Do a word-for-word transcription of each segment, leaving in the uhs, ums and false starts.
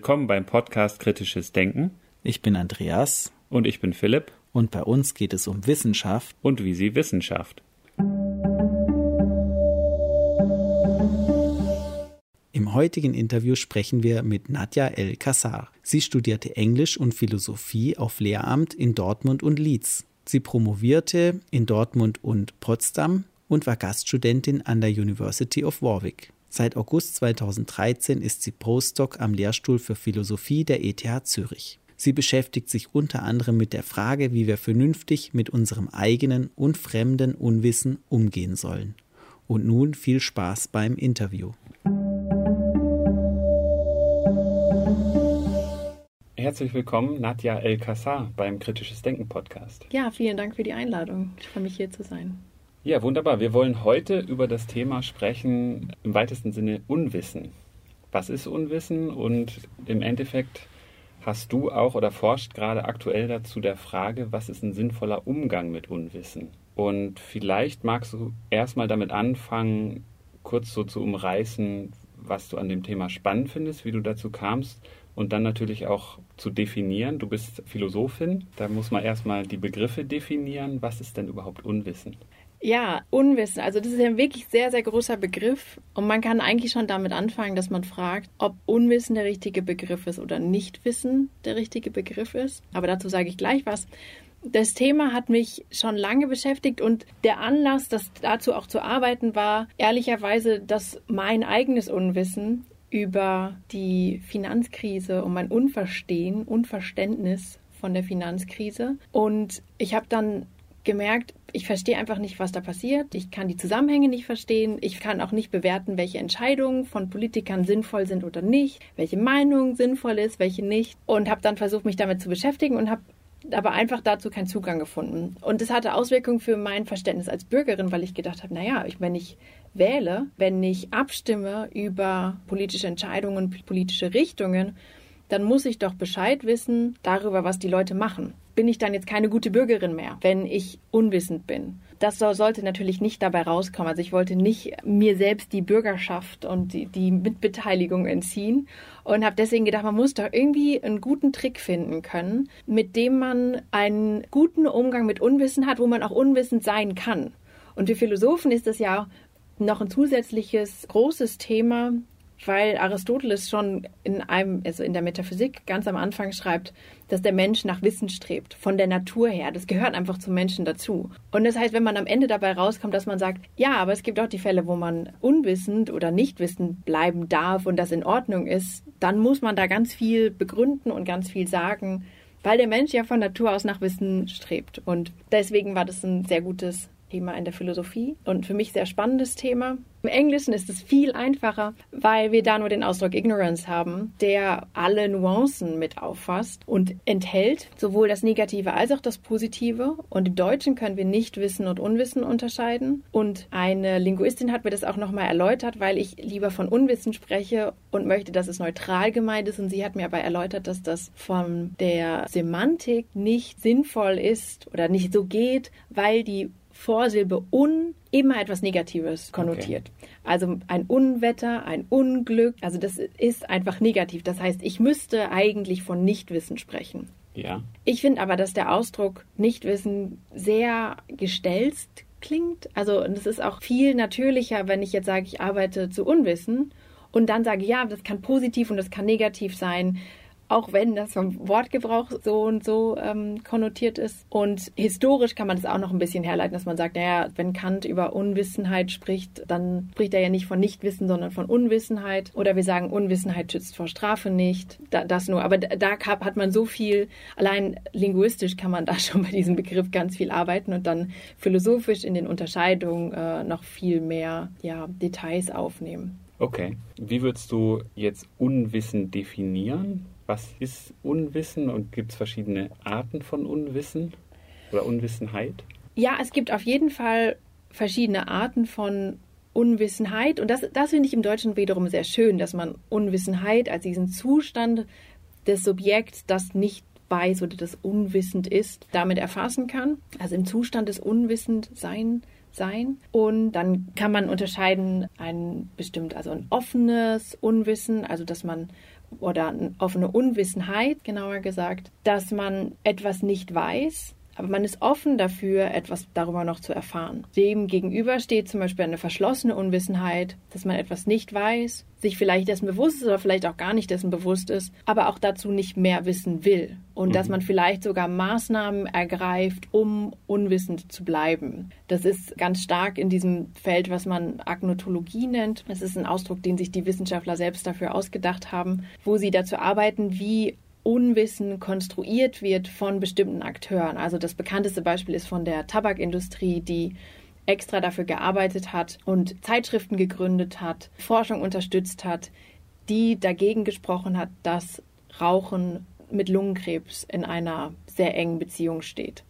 Willkommen beim Podcast Kritisches Denken. Ich bin Andreas. Und ich bin Philipp. Und bei uns geht es um Wissenschaft. Und wie sie Wissenschaft. Im heutigen Interview sprechen wir mit Nadja El-Kassar. Sie studierte Englisch und Philosophie auf Lehramt in Dortmund und Leeds. Sie promovierte in Dortmund und Potsdam und war Gaststudentin an der University of Warwick. Seit August zweitausenddreizehn ist sie Postdoc am Lehrstuhl für Philosophie der E T H Zürich. Sie beschäftigt sich unter anderem mit der Frage, wie wir vernünftig mit unserem eigenen und fremden Unwissen umgehen sollen. Und nun viel Spaß beim Interview. Herzlich willkommen, Nadja El-Kassar beim Kritisches Denken Podcast. Ja, vielen Dank für die Einladung. Ich freue mich, hier zu sein. Ja, wunderbar. Wir wollen heute über das Thema sprechen, im weitesten Sinne Unwissen. Was ist Unwissen? Und im Endeffekt hast du auch oder forscht gerade aktuell dazu der Frage, was ist ein sinnvoller Umgang mit Unwissen? Und vielleicht magst du erstmal damit anfangen, kurz so zu umreißen, was du an dem Thema spannend findest, wie du dazu kamst und dann natürlich auch zu definieren. Du bist Philosophin, da muss man erstmal die Begriffe definieren. Was ist denn überhaupt Unwissen? Ja, Unwissen. Also das ist ja ein wirklich sehr, sehr großer Begriff. Und man kann eigentlich schon damit anfangen, dass man fragt, ob Unwissen der richtige Begriff ist oder Nichtwissen der richtige Begriff ist. Aber dazu sage ich gleich was. Das Thema hat mich schon lange beschäftigt und der Anlass, das dazu auch zu arbeiten, war ehrlicherweise, dass mein eigenes Unwissen über die Finanzkrise und mein Unverstehen, Unverständnis von der Finanzkrise. Und ich habe dann gemerkt, ich verstehe einfach nicht, was da passiert. Ich kann die Zusammenhänge nicht verstehen. Ich kann auch nicht bewerten, welche Entscheidungen von Politikern sinnvoll sind oder nicht, welche Meinung sinnvoll ist, welche nicht. Und habe dann versucht, mich damit zu beschäftigen und habe aber einfach dazu keinen Zugang gefunden. Und das hatte Auswirkungen für mein Verständnis als Bürgerin, weil ich gedacht habe, naja, ich, wenn ich wähle, wenn ich abstimme über politische Entscheidungen, politische Richtungen, dann muss ich doch Bescheid wissen darüber, was die Leute machen. Bin ich dann jetzt keine gute Bürgerin mehr, wenn ich unwissend bin? Das sollte natürlich nicht dabei rauskommen. Also ich wollte nicht mir selbst die Bürgerschaft und die, die Mitbeteiligung entziehen und habe deswegen gedacht, man muss doch irgendwie einen guten Trick finden können, mit dem man einen guten Umgang mit Unwissen hat, wo man auch unwissend sein kann. Und für Philosophen ist das ja noch ein zusätzliches großes Thema, weil Aristoteles schon in einem, also in der Metaphysik ganz am Anfang schreibt, dass der Mensch nach Wissen strebt, von der Natur her. Das gehört einfach zum Menschen dazu. Und das heißt, wenn man am Ende dabei rauskommt, dass man sagt, ja, aber es gibt auch die Fälle, wo man unwissend oder nicht wissend bleiben darf und das in Ordnung ist, dann muss man da ganz viel begründen und ganz viel sagen, weil der Mensch ja von Natur aus nach Wissen strebt. Und deswegen war das ein sehr gutes Thema in der Philosophie und für mich sehr spannendes Thema. Im Englischen ist es viel einfacher, weil wir da nur den Ausdruck Ignorance haben, der alle Nuancen mit auffasst und enthält sowohl das Negative als auch das Positive. Und im Deutschen können wir nicht Wissen und Unwissen unterscheiden. Und eine Linguistin hat mir das auch nochmal erläutert, weil ich lieber von Unwissen spreche und möchte, dass es neutral gemeint ist. Und sie hat mir aber erläutert, dass das von der Semantik nicht sinnvoll ist oder nicht so geht, weil die Vorsilbe un immer etwas Negatives konnotiert. Okay. Also ein Unwetter, ein Unglück, also das ist einfach negativ. Das heißt, ich müsste eigentlich von Nichtwissen sprechen. Ja. Ich finde aber, dass der Ausdruck Nichtwissen sehr gestelzt klingt. Also es ist auch viel natürlicher, wenn ich jetzt sage, ich arbeite zu Unwissen und dann sage, ja, das kann positiv und das kann negativ sein. Auch wenn das vom Wortgebrauch so und so ähm, konnotiert ist. Und historisch kann man das auch noch ein bisschen herleiten, dass man sagt, naja, wenn Kant über Unwissenheit spricht, dann spricht er ja nicht von Nichtwissen, sondern von Unwissenheit. Oder wir sagen, Unwissenheit schützt vor Strafe nicht. Da, das nur. Aber da, da hat man so viel, allein linguistisch kann man da schon bei diesem Begriff ganz viel arbeiten und dann philosophisch in den Unterscheidungen äh, noch viel mehr ja, Details aufnehmen. Okay. Wie würdest du jetzt Unwissen definieren? Was ist Unwissen und gibt es verschiedene Arten von Unwissen oder Unwissenheit? Ja, es gibt auf jeden Fall verschiedene Arten von Unwissenheit. Und das, das finde ich im Deutschen wiederum sehr schön, dass man Unwissenheit als diesen Zustand des Subjekts, das nicht weiß oder das unwissend ist, damit erfassen kann. Also im Zustand des Unwissendsein sein. Und dann kann man unterscheiden ein bestimmt, also ein offenes Unwissen, also dass man oder eine offene Unwissenheit, genauer gesagt, dass man etwas nicht weiß, aber man ist offen dafür, etwas darüber noch zu erfahren. Dem gegenüber steht zum Beispiel eine verschlossene Unwissenheit, dass man etwas nicht weiß, sich vielleicht dessen bewusst ist oder vielleicht auch gar nicht dessen bewusst ist, aber auch dazu nicht mehr wissen will. Und mhm. dass man vielleicht sogar Maßnahmen ergreift, um unwissend zu bleiben. Das ist ganz stark in diesem Feld, was man Agnotologie nennt. Das ist ein Ausdruck, den sich die Wissenschaftler selbst dafür ausgedacht haben, wo sie dazu arbeiten, wie Unwissen konstruiert wird von bestimmten Akteuren. Also das bekannteste Beispiel ist von der Tabakindustrie, die extra dafür gearbeitet hat und Zeitschriften gegründet hat, Forschung unterstützt hat, die dagegen gesprochen hat, dass Rauchen mit Lungenkrebs in einer sehr engen Beziehung steht.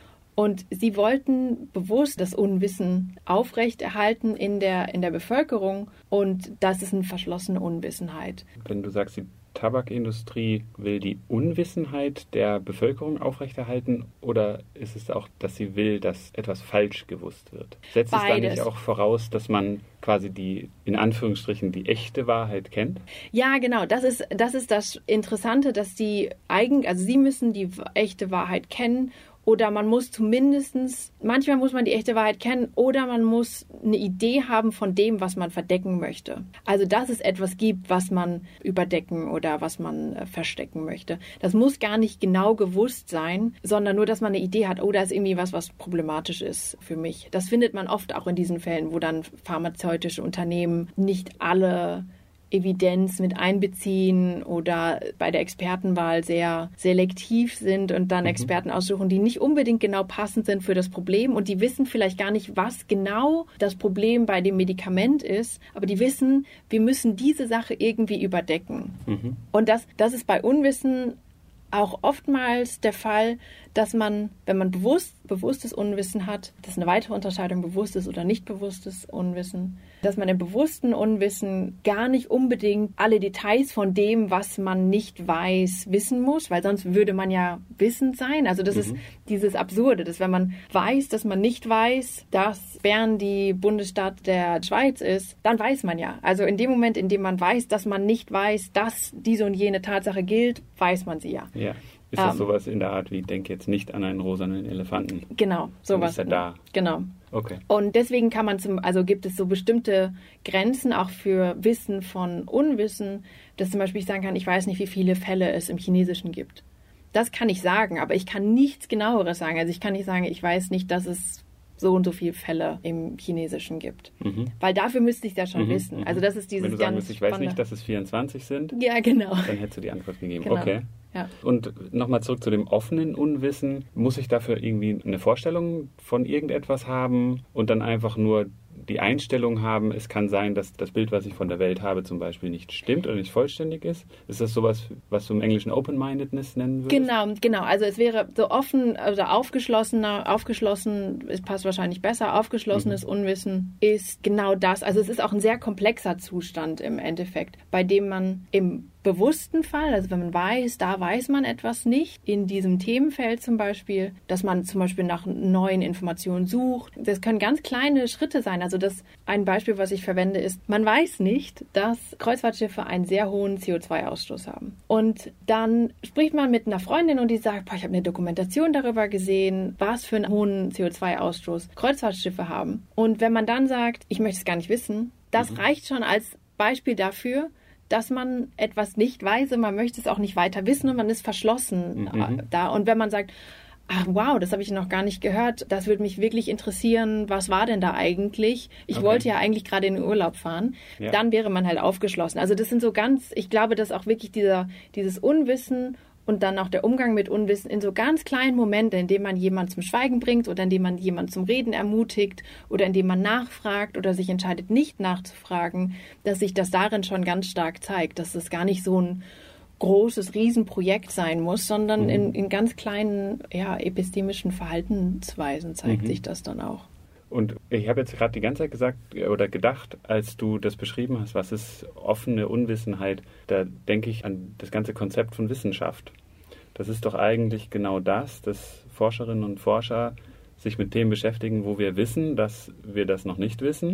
Und sie wollten bewusst das Unwissen aufrechterhalten in der, in der Bevölkerung, und das ist eine verschlossene Unwissenheit. Wenn du sagst, die Tabakindustrie will die Unwissenheit der Bevölkerung aufrechterhalten, oder ist es auch, dass sie will, dass etwas falsch gewusst wird? Setzt es da nicht auch voraus, dass man quasi die, in Anführungsstrichen, die echte Wahrheit kennt? Ja, genau. Das ist, das ist das Interessante, dass die eigen, also sie müssen die echte Wahrheit kennen. Oder man muss zumindestens, manchmal muss man die echte Wahrheit kennen, oder man muss eine Idee haben von dem, was man verdecken möchte. Also, dass es etwas gibt, was man überdecken oder was man äh, verstecken möchte. Das muss gar nicht genau gewusst sein, sondern nur, dass man eine Idee hat, oh, da ist irgendwie was, was problematisch ist für mich. Das findet man oft auch in diesen Fällen, wo dann pharmazeutische Unternehmen nicht alle Evidenz mit einbeziehen oder bei der Expertenwahl sehr selektiv sind und dann mhm. Experten aussuchen, die nicht unbedingt genau passend sind für das Problem, und die wissen vielleicht gar nicht, was genau das Problem bei dem Medikament ist, aber die wissen, wir müssen diese Sache irgendwie überdecken. Mhm. Und das, das ist bei Unwissen auch oftmals der Fall, dass man, wenn man bewusst, bewusstes Unwissen hat, das ist eine weitere Unterscheidung, bewusstes oder nicht bewusstes Unwissen, dass man im bewussten Unwissen gar nicht unbedingt alle Details von dem, was man nicht weiß, wissen muss, weil sonst würde man ja wissend sein. Also das mhm. ist dieses Absurde, dass wenn man weiß, dass man nicht weiß, dass Bern die Bundesstadt der Schweiz ist, dann weiß man ja. Also in dem Moment, in dem man weiß, dass man nicht weiß, dass diese und jene Tatsache gilt, weiß man sie ja. Ja. Ist das um, sowas in der Art wie, denk jetzt nicht an einen rosanen Elefanten? Genau, sowas. Ist er da? Genau. Okay. Und deswegen kann man zum, also gibt es so bestimmte Grenzen auch für Wissen von Unwissen, dass zum Beispiel ich sagen kann, ich weiß nicht, wie viele Fälle es im Chinesischen gibt. Das kann ich sagen, aber ich kann nichts Genaueres sagen. Also ich kann nicht sagen, ich weiß nicht, dass es so und so viele Fälle im Chinesischen gibt. Mhm. Weil dafür müsste ich es ja schon mhm. wissen. Also das ist dieses Wenn du sagen müsstest, ich weiß nicht, dass es vierundzwanzig sind, ja, genau. Dann hättest du die Antwort gegeben. Genau. Okay. Ja. Und nochmal zurück zu dem offenen Unwissen. Muss ich dafür irgendwie eine Vorstellung von irgendetwas haben und dann einfach nur die Einstellung haben, es kann sein, dass das Bild, was ich von der Welt habe, zum Beispiel nicht stimmt oder nicht vollständig ist? Ist das sowas, was du im Englischen Open-Mindedness nennen würdest? Genau, genau. Also es wäre so offen, also aufgeschlossener, aufgeschlossen, es passt wahrscheinlich besser, aufgeschlossenes mhm. Unwissen ist genau das. Also es ist auch ein sehr komplexer Zustand im Endeffekt, bei dem man im bewussten Fall, also wenn man weiß, da weiß man etwas nicht, in diesem Themenfeld zum Beispiel, dass man zum Beispiel nach neuen Informationen sucht. Das können ganz kleine Schritte sein. Also das ein Beispiel, was ich verwende, ist, man weiß nicht, dass Kreuzfahrtschiffe einen sehr hohen C O zwei Ausstoß haben. Und dann spricht man mit einer Freundin und die sagt, boah, ich habe eine Dokumentation darüber gesehen, was für einen hohen C O zwei Ausstoß Kreuzfahrtschiffe haben. Und wenn man dann sagt, ich möchte es gar nicht wissen, das mhm. reicht schon als Beispiel dafür, dass man etwas nicht weiß und man möchte es auch nicht weiter wissen und man ist verschlossen mhm. da. Und wenn man sagt, ach wow, das habe ich noch gar nicht gehört, das würde mich wirklich interessieren, was war denn da eigentlich? Ich okay. wollte ja eigentlich gerade in den Urlaub fahren. Ja. Dann wäre man halt aufgeschlossen. Also das sind so ganz, ich glaube, dass auch wirklich dieser, dieses Unwissen und dann auch der Umgang mit Unwissen in so ganz kleinen Momenten, in denen man jemanden zum Schweigen bringt oder in denen man jemanden zum Reden ermutigt oder in denen man nachfragt oder sich entscheidet, nicht nachzufragen, dass sich das darin schon ganz stark zeigt, dass es gar nicht so ein großes Riesenprojekt sein muss, sondern mhm. in, in ganz kleinen ja, epistemischen Verhaltensweisen zeigt mhm. sich das dann auch. Und ich habe jetzt gerade die ganze Zeit gesagt oder gedacht, als du das beschrieben hast, was ist offene Unwissenheit, da denke ich an das ganze Konzept von Wissenschaft. Das ist doch eigentlich genau das, dass Forscherinnen und Forscher sich mit Themen beschäftigen, wo wir wissen, dass wir das noch nicht wissen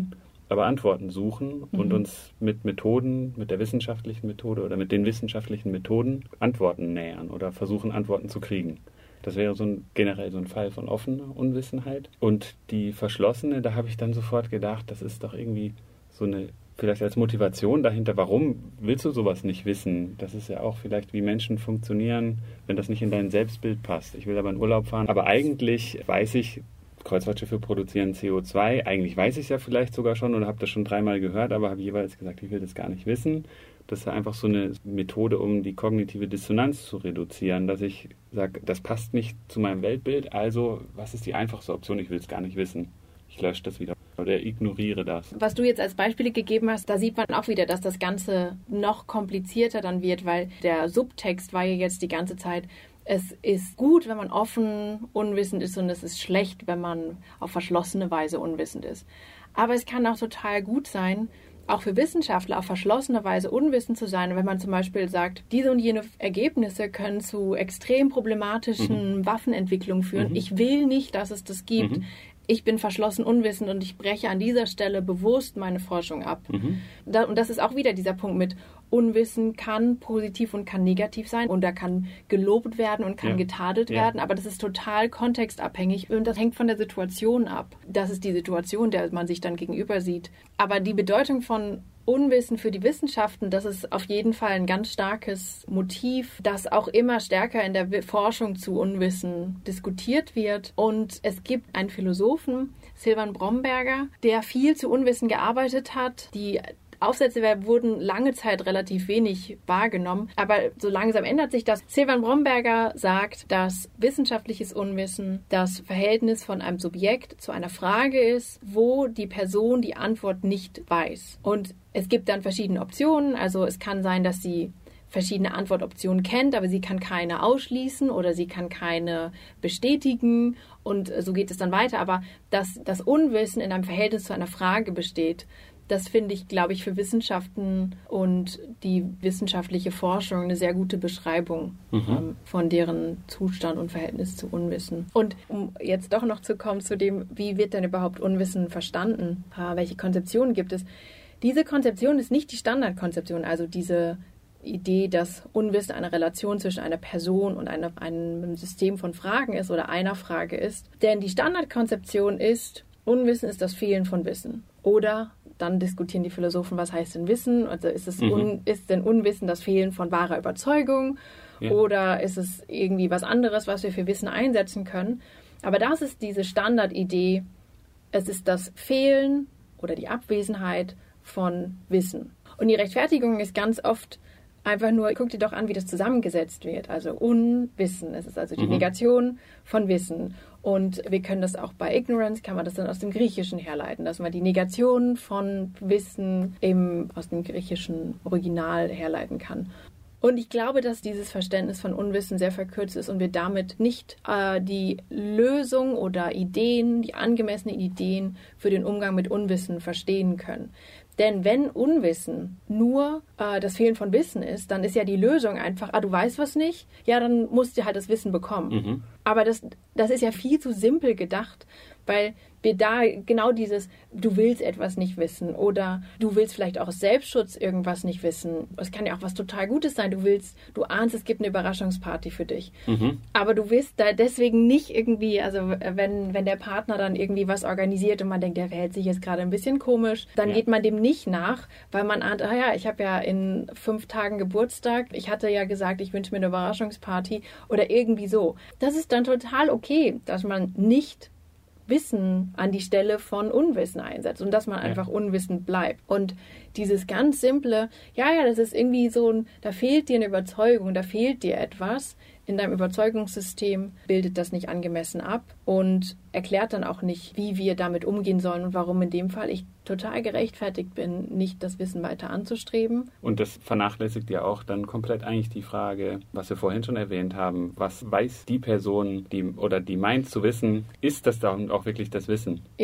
aber Antworten suchen Mhm. und uns mit Methoden, mit der wissenschaftlichen Methode oder mit den wissenschaftlichen Methoden Antworten nähern oder versuchen, Antworten zu kriegen. Das wäre so ein, generell so ein Fall von offener Unwissenheit. Und die verschlossene, da habe ich dann sofort gedacht, das ist doch irgendwie so eine, vielleicht als Motivation dahinter, warum willst du sowas nicht wissen? Das ist ja auch vielleicht, wie Menschen funktionieren, wenn das nicht in dein Selbstbild passt. Ich will aber in Urlaub fahren, aber eigentlich weiß ich, Kreuzfahrtschiffe produzieren C O zwei. Eigentlich weiß ich es ja vielleicht sogar schon oder habe das schon dreimal gehört, aber habe jeweils gesagt, ich will das gar nicht wissen. Das ist einfach so eine Methode, um die kognitive Dissonanz zu reduzieren, dass ich sage, das passt nicht zu meinem Weltbild, also was ist die einfachste Option? Ich will es gar nicht wissen. Ich lösche das wieder oder ignoriere das. Was du jetzt als Beispiele gegeben hast, da sieht man auch wieder, dass das Ganze noch komplizierter dann wird, weil der Subtext war ja jetzt die ganze Zeit, es ist gut, wenn man offen unwissend ist und es ist schlecht, wenn man auf verschlossene Weise unwissend ist. Aber es kann auch total gut sein, auch für Wissenschaftler auf verschlossene Weise unwissend zu sein, wenn man zum Beispiel sagt, diese und jene Ergebnisse können zu extrem problematischen mhm. Waffenentwicklungen führen. Mhm. Ich will nicht, dass es das gibt. Mhm. Ich bin verschlossen unwissend und ich breche an dieser Stelle bewusst meine Forschung ab. Mhm. Da, und das ist auch wieder dieser Punkt mit Unwissen kann positiv und kann negativ sein und da kann gelobt werden und kann ja. getadelt ja. werden, aber das ist total kontextabhängig und das hängt von der Situation ab. Das ist die Situation, der man sich dann gegenüber sieht. Aber die Bedeutung von Unwissen für die Wissenschaften, das ist auf jeden Fall ein ganz starkes Motiv, das auch immer stärker in der Forschung zu Unwissen diskutiert wird. Und es gibt einen Philosophen, Silvan Bromberger, der viel zu Unwissen gearbeitet hat. Die Aufsätze wurden lange Zeit relativ wenig wahrgenommen, aber so langsam ändert sich das. Silvan Bromberger sagt, dass wissenschaftliches Unwissen das Verhältnis von einem Subjekt zu einer Frage ist, wo die Person die Antwort nicht weiß. Und es gibt dann verschiedene Optionen, also es kann sein, dass sie verschiedene Antwortoptionen kennt, aber sie kann keine ausschließen oder sie kann keine bestätigen und so geht es dann weiter. Aber dass das Unwissen in einem Verhältnis zu einer Frage besteht, das finde ich, glaube ich, für Wissenschaften und die wissenschaftliche Forschung eine sehr gute Beschreibung mhm. ähm, von deren Zustand und Verhältnis zu Unwissen. Und um jetzt doch noch zu kommen zu dem, wie wird denn überhaupt Unwissen verstanden? Äh, welche Konzeptionen gibt es? Diese Konzeption ist nicht die Standardkonzeption, also diese Idee, dass Unwissen eine Relation zwischen einer Person und einer, einem System von Fragen ist oder einer Frage ist. Denn die Standardkonzeption ist, Unwissen ist das Fehlen von Wissen. Oder dann diskutieren die Philosophen, was heißt denn Wissen? Also ist, es mhm. un, ist denn Unwissen das Fehlen von wahrer Überzeugung? Ja. Oder ist es irgendwie was anderes, was wir für Wissen einsetzen können? Aber das ist diese Standardidee. Es ist das Fehlen oder die Abwesenheit von Wissen. Und die Rechtfertigung ist ganz oft einfach nur, guck dir doch an, wie das zusammengesetzt wird. Also Unwissen. Es ist also die mhm. Negation von Wissen. Und wir können das auch bei Ignorance, kann man das dann aus dem Griechischen herleiten, dass man die Negation von Wissen eben aus dem griechischen Original herleiten kann. Und ich glaube, dass dieses Verständnis von Unwissen sehr verkürzt ist und wir damit nicht äh, die Lösung oder Ideen, die angemessenen Ideen für den Umgang mit Unwissen verstehen können. Denn wenn Unwissen nur äh, das Fehlen von Wissen ist, dann ist ja die Lösung einfach, ah, du weißt was nicht, ja, dann musst du halt das Wissen bekommen. Mhm. Aber das, das ist ja viel zu simpel gedacht, weil wir da genau dieses, du willst etwas nicht wissen oder du willst vielleicht auch aus Selbstschutz irgendwas nicht wissen. Es kann ja auch was total Gutes sein. Du willst, du ahnst, es gibt eine Überraschungsparty für dich. Mhm. Aber du willst da deswegen nicht irgendwie, also wenn, wenn der Partner dann irgendwie was organisiert und man denkt, der verhält sich jetzt gerade ein bisschen komisch, dann ja. geht man dem nicht nach, weil man ahnt, ah ja, ich habe ja in fünf Tagen Geburtstag, ich hatte ja gesagt, ich wünsche mir eine Überraschungsparty oder irgendwie so. Das ist dann total okay, dass man nicht Wissen an die Stelle von Unwissen einsetzt und dass man einfach ja. unwissend bleibt. Und dieses ganz simple, ja, ja, das ist irgendwie so ein, da fehlt dir eine Überzeugung, da fehlt dir etwas. In deinem Überzeugungssystem bildet das nicht angemessen ab und erklärt dann auch nicht, wie wir damit umgehen sollen und warum in dem Fall ich total gerechtfertigt bin, nicht das Wissen weiter anzustreben. Und das vernachlässigt ja auch dann komplett eigentlich die Frage, was wir vorhin schon erwähnt haben, was weiß die Person, die oder die meint zu wissen, ist das dann auch wirklich das Wissen? Ja.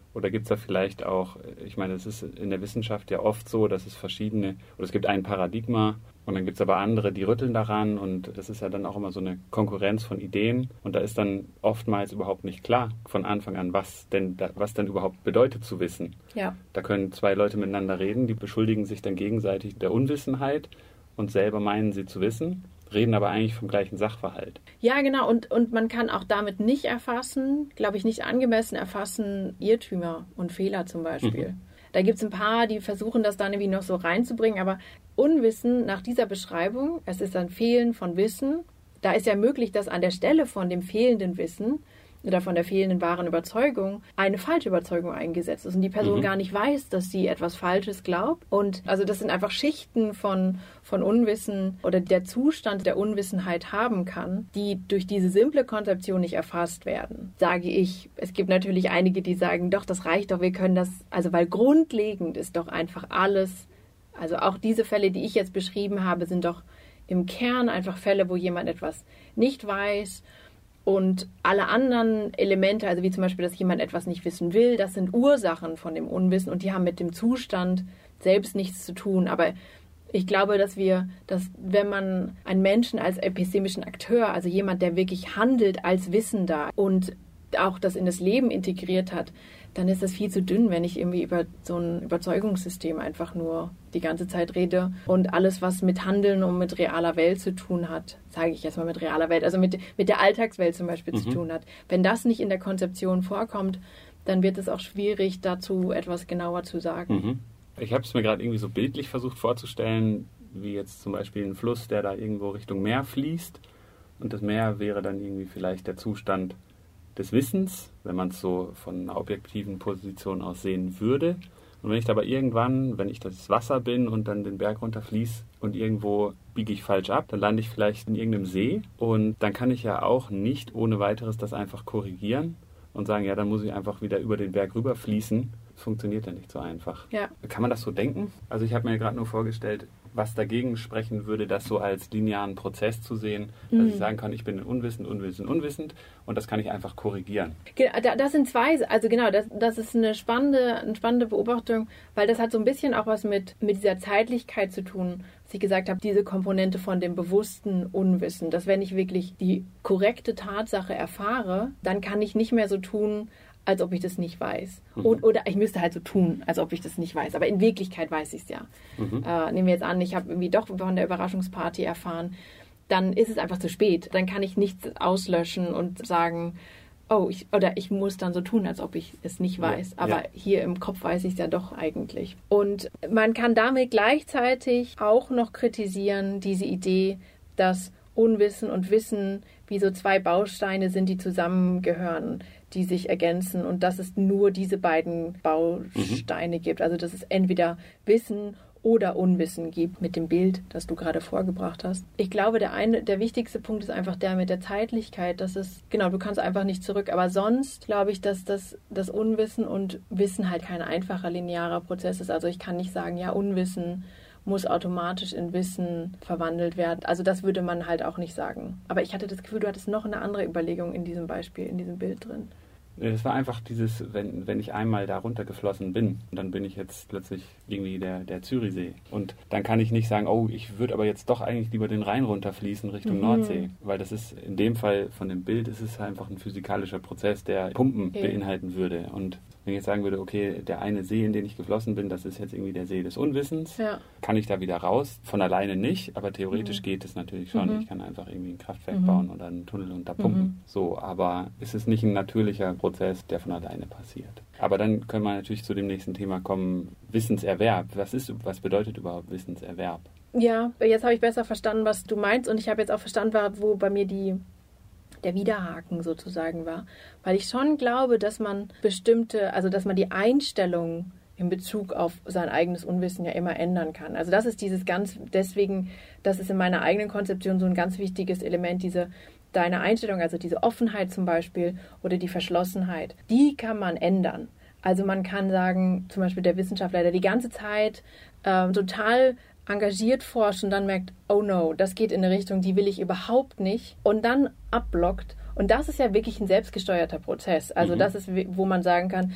Oder gibt es da vielleicht auch, ich meine, es ist in der Wissenschaft ja oft so, dass es verschiedene, oder es gibt ein Paradigma und dann gibt es aber andere, die rütteln daran und das ist ja dann auch immer so eine Konkurrenz von Ideen und da ist dann oftmals überhaupt nicht klar von Anfang an, was denn, was denn überhaupt bedeutet zu wissen. Ja. Da können zwei Leute miteinander reden, die beschuldigen sich dann gegenseitig der Unwissenheit und selber meinen sie zu wissen, reden aber eigentlich vom gleichen Sachverhalt. Ja, genau. Und, und man kann auch damit nicht erfassen, glaube ich, nicht angemessen erfassen, Irrtümer und Fehler zum Beispiel. Mhm. Da gibt es ein paar, die versuchen, das dann irgendwie noch so reinzubringen. Aber Unwissen nach dieser Beschreibung, es ist ein Fehlen von Wissen. Da ist ja möglich, dass an der Stelle von dem fehlenden Wissen oder von der fehlenden wahren Überzeugung eine falsche Überzeugung eingesetzt ist und die Person mhm. gar nicht weiß, dass sie etwas Falsches glaubt. Und also das sind einfach Schichten von, von Unwissen oder der Zustand der Unwissenheit haben kann, die durch diese simple Konzeption nicht erfasst werden. Sage ich, es gibt natürlich einige, die sagen, doch, das reicht doch, wir können das, also weil grundlegend ist doch einfach alles, also auch diese Fälle, die ich jetzt beschrieben habe, sind doch im Kern einfach Fälle, wo jemand etwas nicht weiß. Und alle anderen Elemente, also wie zum Beispiel, dass jemand etwas nicht wissen will, das sind Ursachen von dem Unwissen und die haben mit dem Zustand selbst nichts zu tun. Aber ich glaube, dass wir, dass wenn man einen Menschen als epistemischen Akteur, also jemand, der wirklich handelt als Wissender und auch das in das Leben integriert hat, dann ist das viel zu dünn, wenn ich irgendwie über so ein Überzeugungssystem einfach nur die ganze Zeit rede und alles, was mit Handeln und mit realer Welt zu tun hat, sage ich jetzt mal mit realer Welt, also mit, mit der Alltagswelt zum Beispiel mhm. zu tun hat. Wenn das nicht in der Konzeption vorkommt, dann wird es auch schwierig, dazu etwas genauer zu sagen. Mhm. Ich habe es mir gerade irgendwie so bildlich versucht vorzustellen, wie jetzt zum Beispiel ein Fluss, der da irgendwo Richtung Meer fließt und das Meer wäre dann irgendwie vielleicht der Zustand des Wissens, wenn man es so von einer objektiven Position aus sehen würde. Und wenn ich aber irgendwann, wenn ich das Wasser bin und dann den Berg runterfließe und irgendwo biege ich falsch ab, dann lande ich vielleicht in irgendeinem See und dann kann ich ja auch nicht ohne weiteres das einfach korrigieren und sagen, ja, dann muss ich einfach wieder über den Berg rüberfließen. Das funktioniert ja nicht so einfach. Ja. Kann man das so denken? Also ich habe mir gerade nur vorgestellt, was dagegen sprechen würde, das so als linearen Prozess zu sehen, dass mhm. ich sagen kann, ich bin unwissend, unwissend, unwissend und das kann ich einfach korrigieren. Das sind zwei, also genau, das, das ist eine spannende, eine spannende Beobachtung, weil das hat so ein bisschen auch was mit, mit dieser Zeitlichkeit zu tun, was ich gesagt habe, diese Komponente von dem bewussten Unwissen, dass wenn ich wirklich die korrekte Tatsache erfahre, dann kann ich nicht mehr so tun, als ob ich das nicht weiß. Mhm. Und, oder ich müsste halt so tun, als ob ich das nicht weiß. Aber in Wirklichkeit weiß ich es ja. Mhm. Äh, nehmen wir jetzt an, ich habe irgendwie doch von der Überraschungsparty erfahren. Dann ist es einfach zu spät. Dann kann ich nichts auslöschen und sagen, oh, ich, oder ich muss dann so tun, als ob ich es nicht weiß. Ja. Aber ja. hier im Kopf weiß ich es ja doch eigentlich. Und man kann damit gleichzeitig auch noch kritisieren, diese Idee, dass Unwissen und Wissen wie so zwei Bausteine sind, die zusammengehören, die sich ergänzen und dass es nur diese beiden Bausteine mhm. gibt. Also dass es entweder Wissen oder Unwissen gibt mit dem Bild, das du gerade vorgebracht hast. Ich glaube, der eine, der wichtigste Punkt ist einfach der mit der Zeitlichkeit. Das ist, genau, du kannst einfach nicht zurück. Aber sonst glaube ich, dass das, das Unwissen und Wissen halt kein einfacher linearer Prozess ist. Also ich kann nicht sagen, ja, Unwissen muss automatisch in Wissen verwandelt werden. Also das würde man halt auch nicht sagen. Aber ich hatte das Gefühl, du hattest noch eine andere Überlegung in diesem Beispiel, in diesem Bild drin. Es war einfach dieses, wenn, wenn ich einmal da runtergeflossen bin, dann bin ich jetzt plötzlich irgendwie der, der Zürichsee. Und dann kann ich nicht sagen, oh, ich würde aber jetzt doch eigentlich lieber den Rhein runterfließen Richtung mhm. Nordsee. Weil das ist, in dem Fall von dem Bild, ist es einfach ein physikalischer Prozess, der Pumpen okay. beinhalten würde. Und wenn ich jetzt sagen würde, okay, der eine See, in den ich geflossen bin, das ist jetzt irgendwie der See des Unwissens, ja. kann ich da wieder raus? Von alleine nicht, aber theoretisch mhm. geht es natürlich schon. Mhm. Ich kann einfach irgendwie ein Kraftwerk mhm. bauen oder einen Tunnel unterpumpen. Mhm. So, aber es ist nicht ein natürlicher Prozess, der von alleine passiert. Aber dann können wir natürlich zu dem nächsten Thema kommen, Wissenserwerb. Was ist, was bedeutet überhaupt Wissenserwerb? Ja, jetzt habe ich besser verstanden, was du meinst und ich habe jetzt auch verstanden, wo bei mir die der Widerhaken sozusagen war, weil ich schon glaube, dass man bestimmte, also dass man die Einstellung in Bezug auf sein eigenes Unwissen ja immer ändern kann. Also das ist dieses ganz, deswegen, das ist in meiner eigenen Konzeption so ein ganz wichtiges Element, diese deine Einstellung, also diese Offenheit zum Beispiel oder die Verschlossenheit, die kann man ändern. Also man kann sagen, zum Beispiel der Wissenschaftler, der die ganze Zeit äh, total engagiert forscht und dann merkt, oh no, das geht in eine Richtung, die will ich überhaupt nicht und dann abblockt. Und das ist ja wirklich ein selbstgesteuerter Prozess. Also mhm. das ist, wo man sagen kann,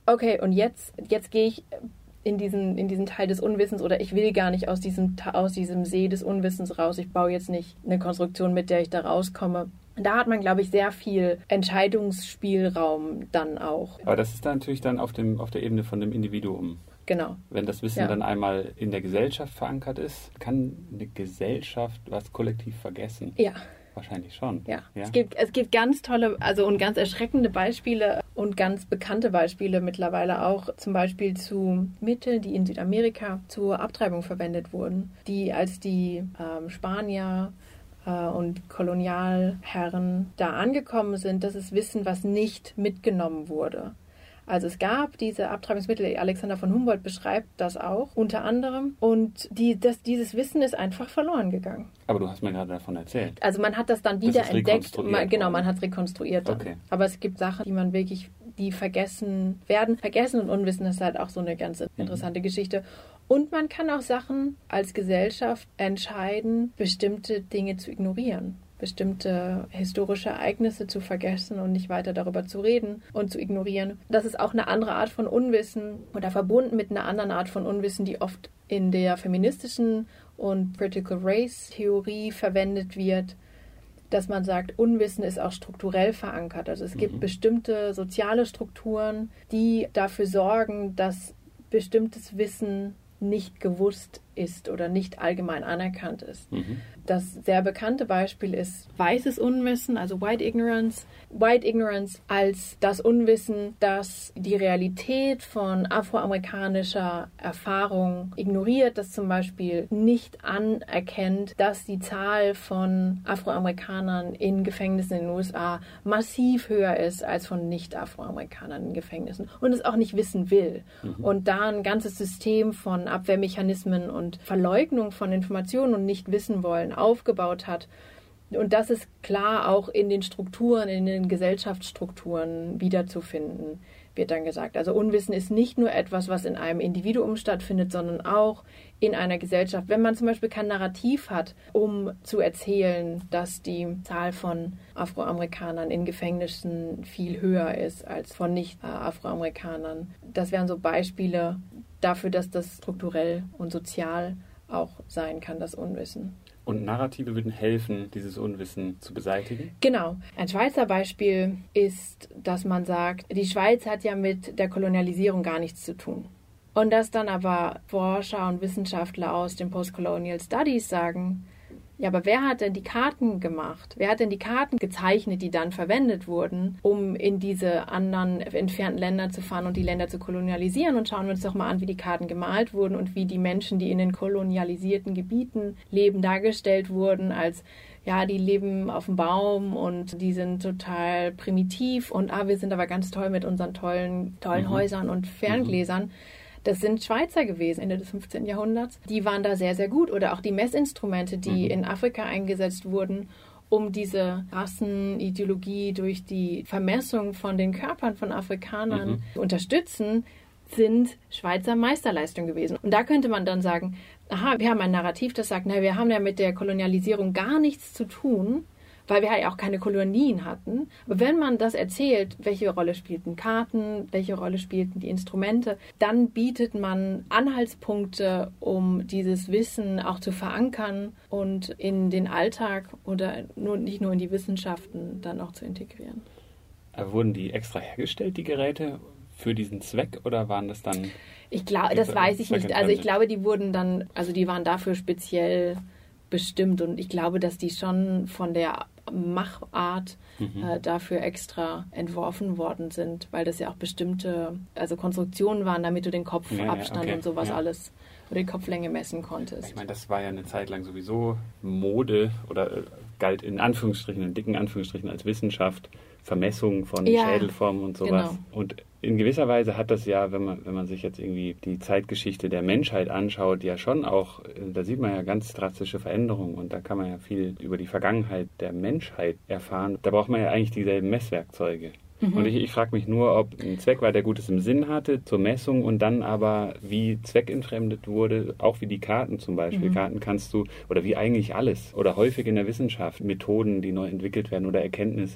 okay, und jetzt, jetzt gehe ich in diesen, in diesen Teil des Unwissens oder ich will gar nicht aus diesem, aus diesem See des Unwissens raus. Ich baue jetzt nicht eine Konstruktion, mit der ich da rauskomme. Da hat man, glaube ich, sehr viel Entscheidungsspielraum dann auch. Aber das ist dann natürlich dann auf, dem, auf der Ebene von dem Individuum. Genau. Wenn das Wissen ja. dann einmal in der Gesellschaft verankert ist, kann eine Gesellschaft was kollektiv vergessen? Ja. Wahrscheinlich schon. Ja. ja. Es gibt, es gibt ganz tolle, also und ganz erschreckende Beispiele und ganz bekannte Beispiele mittlerweile auch, zum Beispiel zu Mitteln, die in Südamerika zur Abtreibung verwendet wurden, die als die ähm, Spanier äh, und Kolonialherren da angekommen sind, das ist Wissen, was nicht mitgenommen wurde. Also es gab diese Abtreibungsmittel, Alexander von Humboldt beschreibt das auch, unter anderem. Und die, das, dieses Wissen ist einfach verloren gegangen. Aber du hast mir gerade davon erzählt. Also man hat das dann wieder das entdeckt. Man, genau, man hat es rekonstruiert. Dann. Okay. Aber es gibt Sachen, die man wirklich, die vergessen werden. Vergessen und Unwissen ist halt auch so eine ganz interessante mhm. Geschichte. Und man kann auch Sachen als Gesellschaft entscheiden, bestimmte Dinge zu ignorieren. Bestimmte historische Ereignisse zu vergessen und nicht weiter darüber zu reden und zu ignorieren. Das ist auch eine andere Art von Unwissen oder verbunden mit einer anderen Art von Unwissen, die oft in der feministischen und Critical Race Theorie verwendet wird, dass man sagt, Unwissen ist auch strukturell verankert. Also es gibt mhm. bestimmte soziale Strukturen, die dafür sorgen, dass bestimmtes Wissen nicht gewusst ist oder nicht allgemein anerkannt ist. Mhm. Das sehr bekannte Beispiel ist weißes Unwissen, also White Ignorance. White Ignorance als das Unwissen, das die Realität von afroamerikanischer Erfahrung ignoriert, das zum Beispiel nicht anerkennt, dass die Zahl von Afroamerikanern in Gefängnissen in den U S A massiv höher ist als von Nicht-Afroamerikanern in Gefängnissen und es auch nicht wissen will. Mhm. Und da ein ganzes System von Abwehrmechanismen und Verleugnung von Informationen und nicht wissen wollen aufgebaut hat. Und das ist klar auch in den Strukturen, in den Gesellschaftsstrukturen wiederzufinden, wird dann gesagt. Also Unwissen ist nicht nur etwas, was in einem Individuum stattfindet, sondern auch in einer Gesellschaft. Wenn man zum Beispiel kein Narrativ hat, um zu erzählen, dass die Zahl von Afroamerikanern in Gefängnissen viel höher ist als von Nicht-Afroamerikanern. Das wären so Beispiele dafür, dass das strukturell und sozial auch sein kann, das Unwissen. Und Narrative würden helfen, dieses Unwissen zu beseitigen? Genau. Ein Schweizer Beispiel ist, dass man sagt, die Schweiz hat ja mit der Kolonialisierung gar nichts zu tun. Und dass dann aber Forscher und Wissenschaftler aus den Postcolonial Studies sagen, ja, aber wer hat denn die Karten gemacht? Wer hat denn die Karten gezeichnet, die dann verwendet wurden, um in diese anderen entfernten Länder zu fahren und die Länder zu kolonialisieren? Und schauen wir uns doch mal an, wie die Karten gemalt wurden und wie die Menschen, die in den kolonialisierten Gebieten leben, dargestellt wurden als, ja, die leben auf dem Baum und die sind total primitiv und ah, wir sind aber ganz toll mit unseren tollen, tollen mhm. Häusern und Ferngläsern. Mhm. Das sind Schweizer gewesen, Ende des fünfzehnten Jahrhunderts. Die waren da sehr, sehr gut. Oder auch die Messinstrumente, die mhm. in Afrika eingesetzt wurden, um diese Rassenideologie durch die Vermessung von den Körpern von Afrikanern mhm. zu unterstützen, sind Schweizer Meisterleistungen gewesen. Und da könnte man dann sagen, aha, wir haben ein Narrativ, das sagt, na, wir haben ja mit der Kolonialisierung gar nichts zu tun, weil wir ja auch keine Kolonien hatten. Aber wenn man das erzählt, welche Rolle spielten Karten, welche Rolle spielten die Instrumente, dann bietet man Anhaltspunkte, um dieses Wissen auch zu verankern und in den Alltag oder nur, nicht nur in die Wissenschaften dann auch zu integrieren. Aber wurden die extra hergestellt, die Geräte, für diesen Zweck oder waren das dann... Ich glaube, das weiß ich nicht. Also ich glaube, die wurden dann, also die waren dafür speziell bestimmt und ich glaube, dass die schon von der Machart mhm. äh, dafür extra entworfen worden sind, weil das ja auch bestimmte, also Konstruktionen waren, damit du den Kopfabstand ja, ja, okay. und sowas ja. alles oder die Kopflänge messen konntest. Ich meine, das war ja eine Zeit lang sowieso Mode oder äh, galt in Anführungsstrichen, in dicken Anführungsstrichen als Wissenschaft, Vermessung von ja, Schädelformen und sowas. Genau. Und in gewisser Weise hat das ja, wenn man, wenn man sich jetzt irgendwie die Zeitgeschichte der Menschheit anschaut, ja schon auch, da sieht man ja ganz drastische Veränderungen und da kann man ja viel über die Vergangenheit der Menschheit erfahren. Da braucht man ja eigentlich dieselben Messwerkzeuge. Mhm. Und ich, ich frage mich nur, ob ein Zweck war, der Gutes im Sinn hatte zur Messung und dann aber wie zweckentfremdet wurde, auch wie die Karten zum Beispiel. Mhm. Karten kannst du, oder wie eigentlich alles, oder häufig in der Wissenschaft, Methoden, die neu entwickelt werden oder Erkenntnisse,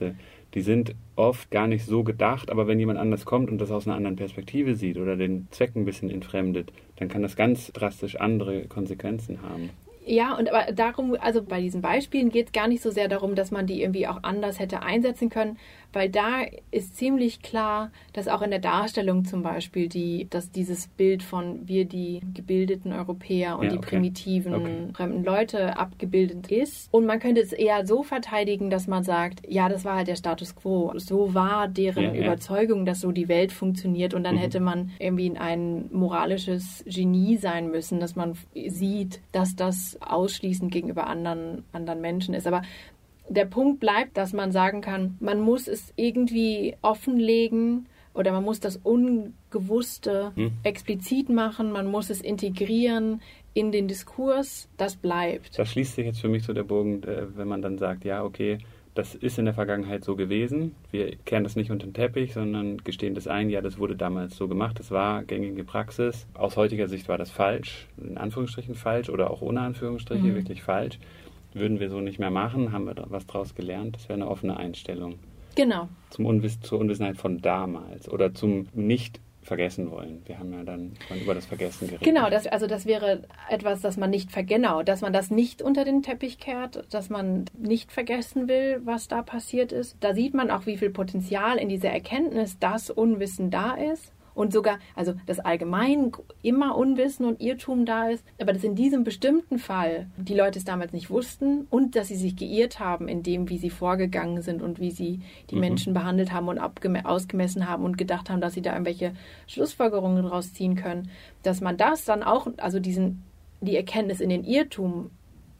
die sind oft gar nicht so gedacht, aber wenn jemand anders kommt und das aus einer anderen Perspektive sieht oder den Zweck ein bisschen entfremdet, dann kann das ganz drastisch andere Konsequenzen haben. Ja, und aber darum, also bei diesen Beispielen geht es gar nicht so sehr darum, dass man die irgendwie auch anders hätte einsetzen können, weil da ist ziemlich klar, dass auch in der Darstellung zum Beispiel die, dass dieses Bild von wir die gebildeten Europäer und ja, die okay. primitiven, okay. fremden Leute abgebildet ist. Und man könnte es eher so verteidigen, dass man sagt, ja, das war halt der Status quo. So war deren ja, ja. Überzeugung, dass so die Welt funktioniert und dann mhm. hätte man irgendwie ein moralisches Genie sein müssen, dass man sieht, dass das ausschließend gegenüber anderen, anderen Menschen ist. Aber der Punkt bleibt, dass man sagen kann, man muss es irgendwie offenlegen oder man muss das Ungewusste hm. explizit machen, man muss es integrieren in den Diskurs, das bleibt. Da schließt sich jetzt für mich so der Bogen, wenn man dann sagt, ja, okay, das ist in der Vergangenheit so gewesen, wir kehren das nicht unter den Teppich, sondern gestehen das ein, ja, das wurde damals so gemacht, das war gängige Praxis. Aus heutiger Sicht war das falsch, in Anführungsstrichen falsch oder auch ohne Anführungsstriche mhm. wirklich falsch. Würden wir so nicht mehr machen, haben wir da was draus gelernt. Das wäre eine offene Einstellung. Genau. Zum Unwiss- zur Unwissenheit von damals oder zum nicht vergessen wollen. Wir haben ja dann über das Vergessen geredet. Genau, das, also das wäre etwas, das man nicht ver- genau, dass man das nicht unter den Teppich kehrt, dass man nicht vergessen will, was da passiert ist. Da sieht man auch, wie viel Potenzial in dieser Erkenntnis, dass Unwissen da ist. Und sogar, also dass allgemein immer Unwissen und Irrtum da ist, aber dass in diesem bestimmten Fall die Leute es damals nicht wussten und dass sie sich geirrt haben in dem, wie sie vorgegangen sind und wie sie die mhm. Menschen behandelt haben und abgeme- ausgemessen haben und gedacht haben, dass sie da irgendwelche Schlussfolgerungen draus ziehen können, dass man das dann auch, also diesen, die Erkenntnis in den Irrtum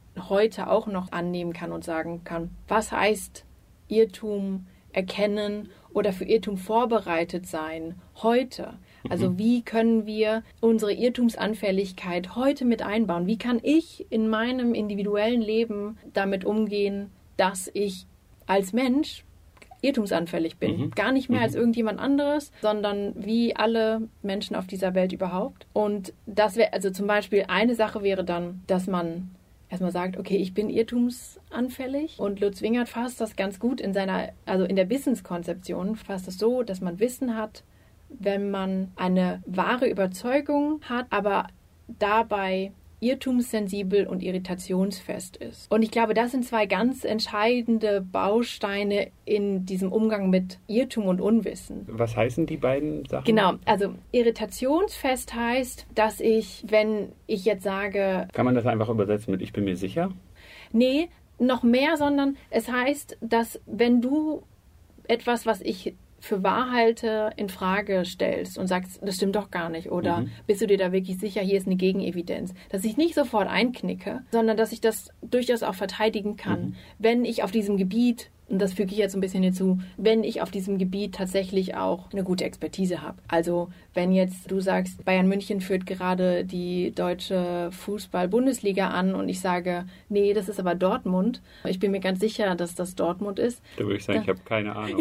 heute auch noch annehmen kann und sagen kann, was heißt Irrtum erkennen oder für Irrtum vorbereitet sein heute. Also wie können wir unsere Irrtumsanfälligkeit heute mit einbauen? Wie kann ich in meinem individuellen Leben damit umgehen, dass ich als Mensch irrtumsanfällig bin? Mhm. Gar nicht mehr mhm. als irgendjemand anderes, sondern wie alle Menschen auf dieser Welt überhaupt. Und das wäre, also zum Beispiel eine Sache wäre dann, dass man erstmal sagt, okay, ich bin irrtumsanfällig. Und Lutz Wingert fasst das ganz gut in seiner, also in der Wissenskonzeption, fasst es so, dass man Wissen hat, wenn man eine wahre Überzeugung hat, aber dabei irrtumssensibel und irritationsfest ist. Und ich glaube, das sind zwei ganz entscheidende Bausteine in diesem Umgang mit Irrtum und Unwissen. Was heißen die beiden Sachen? Genau, also irritationsfest heißt, dass ich, wenn ich jetzt sage... Kann man das einfach übersetzen mit ich bin mir sicher? Nee, noch mehr, sondern es heißt, dass wenn du etwas, was ich für wahr halte, in Frage stellst und sagst, das stimmt doch gar nicht oder mhm. bist du dir da wirklich sicher, hier ist eine Gegenevidenz, dass ich nicht sofort einknicke, sondern dass ich das durchaus auch verteidigen kann, mhm. wenn ich auf diesem Gebiet, und das füge ich jetzt ein bisschen hinzu, wenn ich auf diesem Gebiet tatsächlich auch eine gute Expertise habe. Also wenn jetzt du sagst, Bayern München führt gerade die deutsche Fußball-Bundesliga an und ich sage, nee, das ist aber Dortmund. Ich bin mir ganz sicher, dass das Dortmund ist. Da würde ich sagen, da, ich habe keine Ahnung.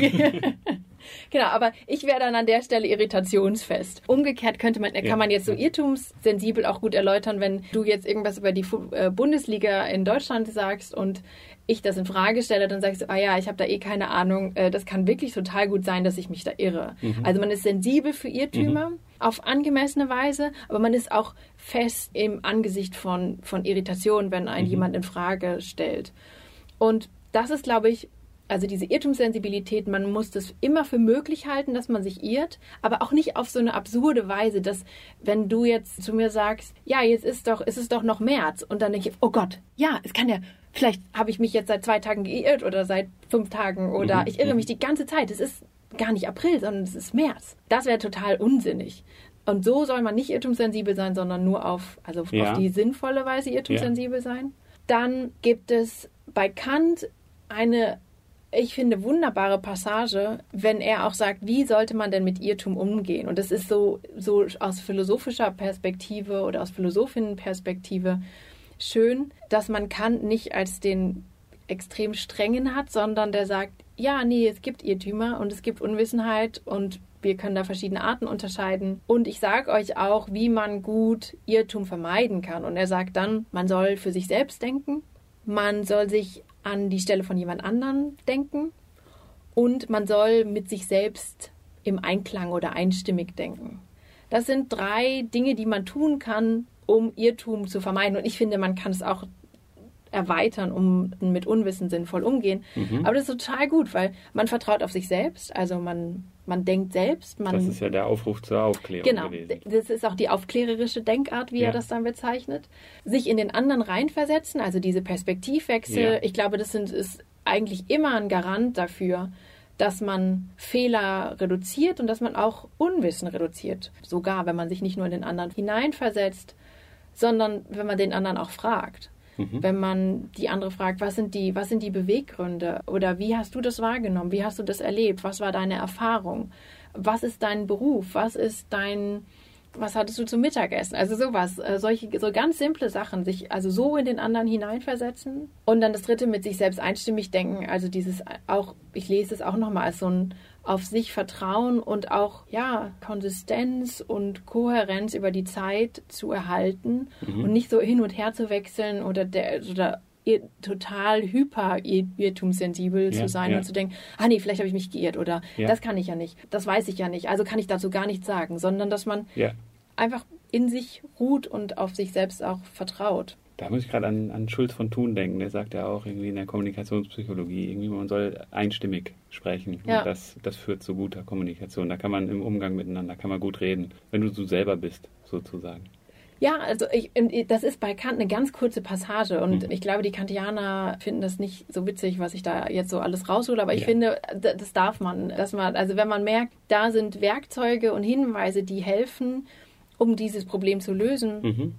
Genau, aber ich wäre dann an der Stelle irritationsfest. Umgekehrt könnte man, kann ja. man jetzt so irrtumssensibel auch gut erläutern, wenn du jetzt irgendwas über die Bundesliga in Deutschland sagst und ich das in Frage stelle, dann sagst du, ah ja, ich habe da eh keine Ahnung. Das kann wirklich total gut sein, dass ich mich da irre. Mhm. Also man ist sensibel für Irrtümer mhm. auf angemessene Weise, aber man ist auch fest im Angesicht von, von Irritation, wenn einen mhm. jemand in Frage stellt. Und das ist, glaube ich, also diese Irrtumssensibilität, man muss das immer für möglich halten, dass man sich irrt, aber auch nicht auf so eine absurde Weise, dass wenn du jetzt zu mir sagst, ja, jetzt ist doch, ist es doch noch März und dann denke ich, oh Gott, ja, es kann ja, vielleicht habe ich mich jetzt seit zwei Tagen geirrt oder seit fünf Tagen oder mhm. ich irre mich die ganze Zeit. Es ist gar nicht April, sondern es ist März. Das wäre total unsinnig. Und so soll man nicht irrtumssensibel sein, sondern nur auf, also ja. auf die sinnvolle Weise irrtumssensibel ja. sein. Dann gibt es bei Kant eine, ich finde, wunderbare Passage, wenn er auch sagt, wie sollte man denn mit Irrtum umgehen? Und das ist so, so aus philosophischer Perspektive oder aus Philosophinnenperspektive schön, dass man Kant nicht als den extrem strengen hat, sondern der sagt, ja, nee, es gibt Irrtümer und es gibt Unwissenheit und wir können da verschiedene Arten unterscheiden. Und ich sage euch auch, wie man gut Irrtum vermeiden kann. Und er sagt dann, man soll für sich selbst denken, man soll sich an die Stelle von jemand anderem denken Und man soll mit sich selbst im Einklang oder einstimmig denken. Das sind drei Dinge, die man tun kann, um Irrtum zu vermeiden. Und ich finde, man kann es auch erweitern, um mit Unwissen sinnvoll umgehen. Mhm. Aber das ist total gut, weil man vertraut auf sich selbst, also man, man denkt selbst. Man, das ist ja der Aufruf zur Aufklärung genau, gewesen. Genau, das ist auch die aufklärerische Denkart, wie ja. er das dann bezeichnet. Sich in den anderen reinversetzen, also diese Perspektivwechsel, ja. ich glaube, das sind, ist eigentlich immer ein Garant dafür, dass man Fehler reduziert und dass man auch Unwissen reduziert. Sogar, wenn man sich nicht nur in den anderen hineinversetzt, sondern wenn man den anderen auch fragt. Mhm. Wenn man die andere fragt, was sind die, was sind die Beweggründe? Oder wie hast du das wahrgenommen? Wie hast du das erlebt? Was war deine Erfahrung? Was ist dein Beruf? Was ist dein, was hattest du zum Mittagessen? Also sowas, solche, so ganz simple Sachen, sich also so in den anderen hineinversetzen. Und dann das dritte, mit sich selbst einstimmig denken. Also dieses auch, ich lese es auch nochmal als so ein auf sich vertrauen und auch, ja, Konsistenz und Kohärenz über die Zeit zu erhalten mhm. und nicht so hin und her zu wechseln oder, der, oder total hyper-irrtumssensibel ja, zu sein ja. und zu denken, ah nee, vielleicht habe ich mich geirrt oder ja. das kann ich ja nicht, das weiß ich ja nicht, also kann ich dazu gar nichts sagen, sondern dass man ja. einfach in sich ruht und auf sich selbst auch vertraut. Da muss ich gerade an, an Schulz von Thun denken, der sagt ja auch irgendwie in der Kommunikationspsychologie, irgendwie man soll einstimmig sprechen ja. und das, das führt zu guter Kommunikation. Da kann man im Umgang miteinander, kann man gut reden, wenn du du selber bist, sozusagen. Ja, also ich, das ist bei Kant eine ganz kurze Passage und mhm. ich glaube, die Kantianer finden das nicht so witzig, was ich da jetzt so alles raushole, aber ich ja. finde, das darf man, dass man, also wenn man merkt, da sind Werkzeuge und Hinweise, die helfen, um dieses Problem zu lösen, mhm.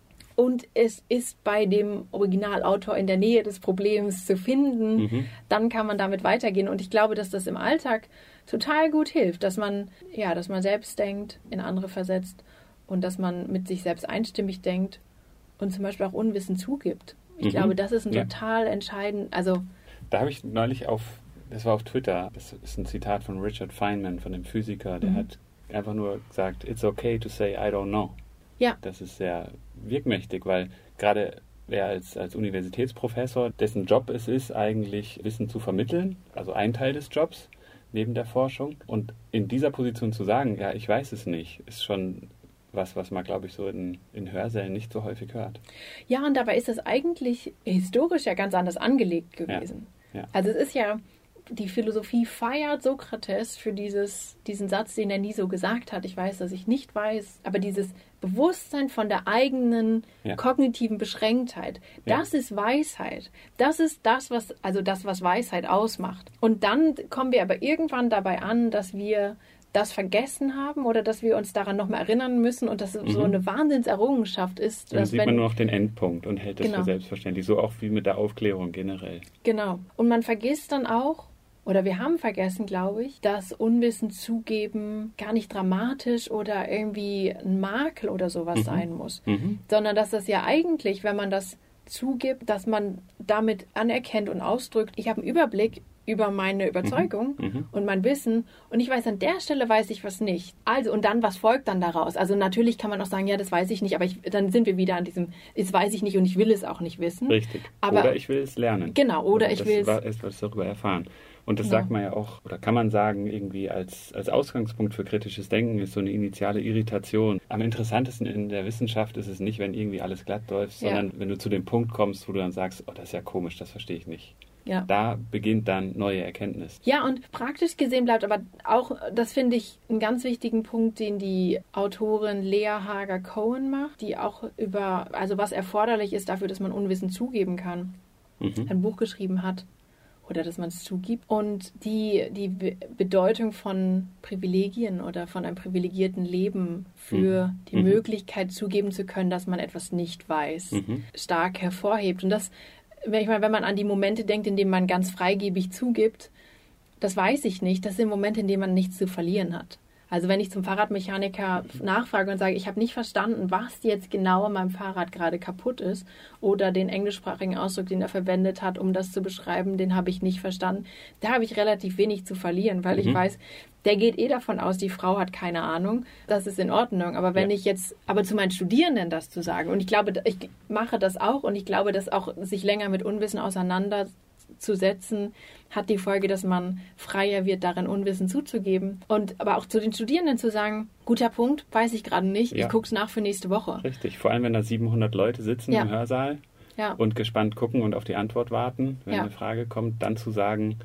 und es ist bei dem Originalautor in der Nähe des Problems zu finden, mhm. dann kann man damit weitergehen. Und ich glaube, dass das im Alltag total gut hilft, dass man, ja, dass man selbst denkt, in andere versetzt und dass man mit sich selbst einstimmig denkt und zum Beispiel auch Unwissen zugibt. Ich mhm. glaube, das ist ein ja. total entscheidend, also... Da habe ich neulich auf, das war auf Twitter, das ist ein Zitat von Richard Feynman, von dem Physiker, der mhm. hat einfach nur gesagt, it's okay to say I don't know. Ja. Das ist sehr wirkmächtig, weil gerade er als, als Universitätsprofessor, dessen Job es ist, eigentlich Wissen zu vermitteln, also ein Teil des Jobs neben der Forschung. Und in dieser Position zu sagen, ja, ich weiß es nicht, ist schon was, was man, glaube ich, so in, in Hörsälen nicht so häufig hört. Ja, und dabei ist das eigentlich historisch ja ganz anders angelegt gewesen. Ja. Ja. Also es ist ja... Die Philosophie feiert Sokrates für dieses, diesen Satz, den er nie so gesagt hat. Ich weiß, dass ich nicht weiß, aber dieses Bewusstsein von der eigenen ja. kognitiven Beschränktheit, das ja. ist Weisheit. Das ist das, was, also das, was Weisheit ausmacht. Und dann kommen wir aber irgendwann dabei an, dass wir das vergessen haben oder dass wir uns daran nochmal erinnern müssen und dass es mhm. so eine Wahnsinnserrungenschaft ist. Dann dass sieht wenn, man nur noch den Endpunkt und hält das genau. für selbstverständlich. So auch wie mit der Aufklärung generell. Genau. Und man vergisst dann auch, oder wir haben vergessen, glaube ich, dass Unwissen zugeben gar nicht dramatisch oder irgendwie ein Makel oder sowas mhm. sein muss. Mhm. Sondern dass das ja eigentlich, wenn man das zugibt, dass man damit anerkennt und ausdrückt, ich habe einen Überblick über meine Überzeugung mhm. Mhm. und mein Wissen und ich weiß, an der Stelle weiß ich was nicht. Also, und dann, was folgt dann daraus? Also natürlich kann man auch sagen, ja, das weiß ich nicht, aber ich, dann sind wir wieder an diesem, das weiß ich nicht und ich will es auch nicht wissen. Richtig. Aber, oder ich will es lernen. Genau, oder, oder ich will es... etwas darüber erfahren. Und das genau. sagt man ja auch, oder kann man sagen, irgendwie als, als Ausgangspunkt für kritisches Denken ist so eine initiale Irritation. Am interessantesten in der Wissenschaft ist es nicht, wenn irgendwie alles glatt läuft, ja. sondern wenn du zu dem Punkt kommst, wo du dann sagst, oh, das ist ja komisch, das verstehe ich nicht. Ja. Da beginnt dann neue Erkenntnis. Ja, und praktisch gesehen bleibt aber auch, das finde ich, einen ganz wichtigen Punkt, den die Autorin Lea Hager-Cohen macht, die auch über, also was erforderlich ist dafür, dass man Unwissen zugeben kann, mhm. ein Buch geschrieben hat. Oder dass man es zugibt. Und die, die Be- Bedeutung von Privilegien oder von einem privilegierten Leben für mhm. die mhm. Möglichkeit zugeben zu können, dass man etwas nicht weiß, mhm. stark hervorhebt. Und das, wenn ich mal, wenn man an die Momente denkt, in denen man ganz freigebig zugibt, das weiß ich nicht, das sind Momente, in denen man nichts zu verlieren hat. Also wenn ich zum Fahrradmechaniker nachfrage und sage, ich habe nicht verstanden, was jetzt genau an meinem Fahrrad gerade kaputt ist oder den englischsprachigen Ausdruck, den er verwendet hat, um das zu beschreiben, den habe ich nicht verstanden, da habe ich relativ wenig zu verlieren, weil mhm. ich weiß, der geht eh davon aus, die Frau hat keine Ahnung, das ist in Ordnung. Aber wenn ja. ich jetzt, aber zu meinen Studierenden das zu sagen, und ich glaube, ich mache das auch und ich glaube, dass auch sich länger mit Unwissen auseinandersetzen zu setzen, hat die Folge, dass man freier wird, darin Unwissen zuzugeben. Und aber auch zu den Studierenden zu sagen, guter Punkt, weiß ich gerade nicht, ja. ich gucke es nach für nächste Woche. Richtig, vor allem wenn da siebenhundert Leute sitzen ja. im Hörsaal ja. und gespannt gucken und auf die Antwort warten, wenn ja. eine Frage kommt, dann zu sagen,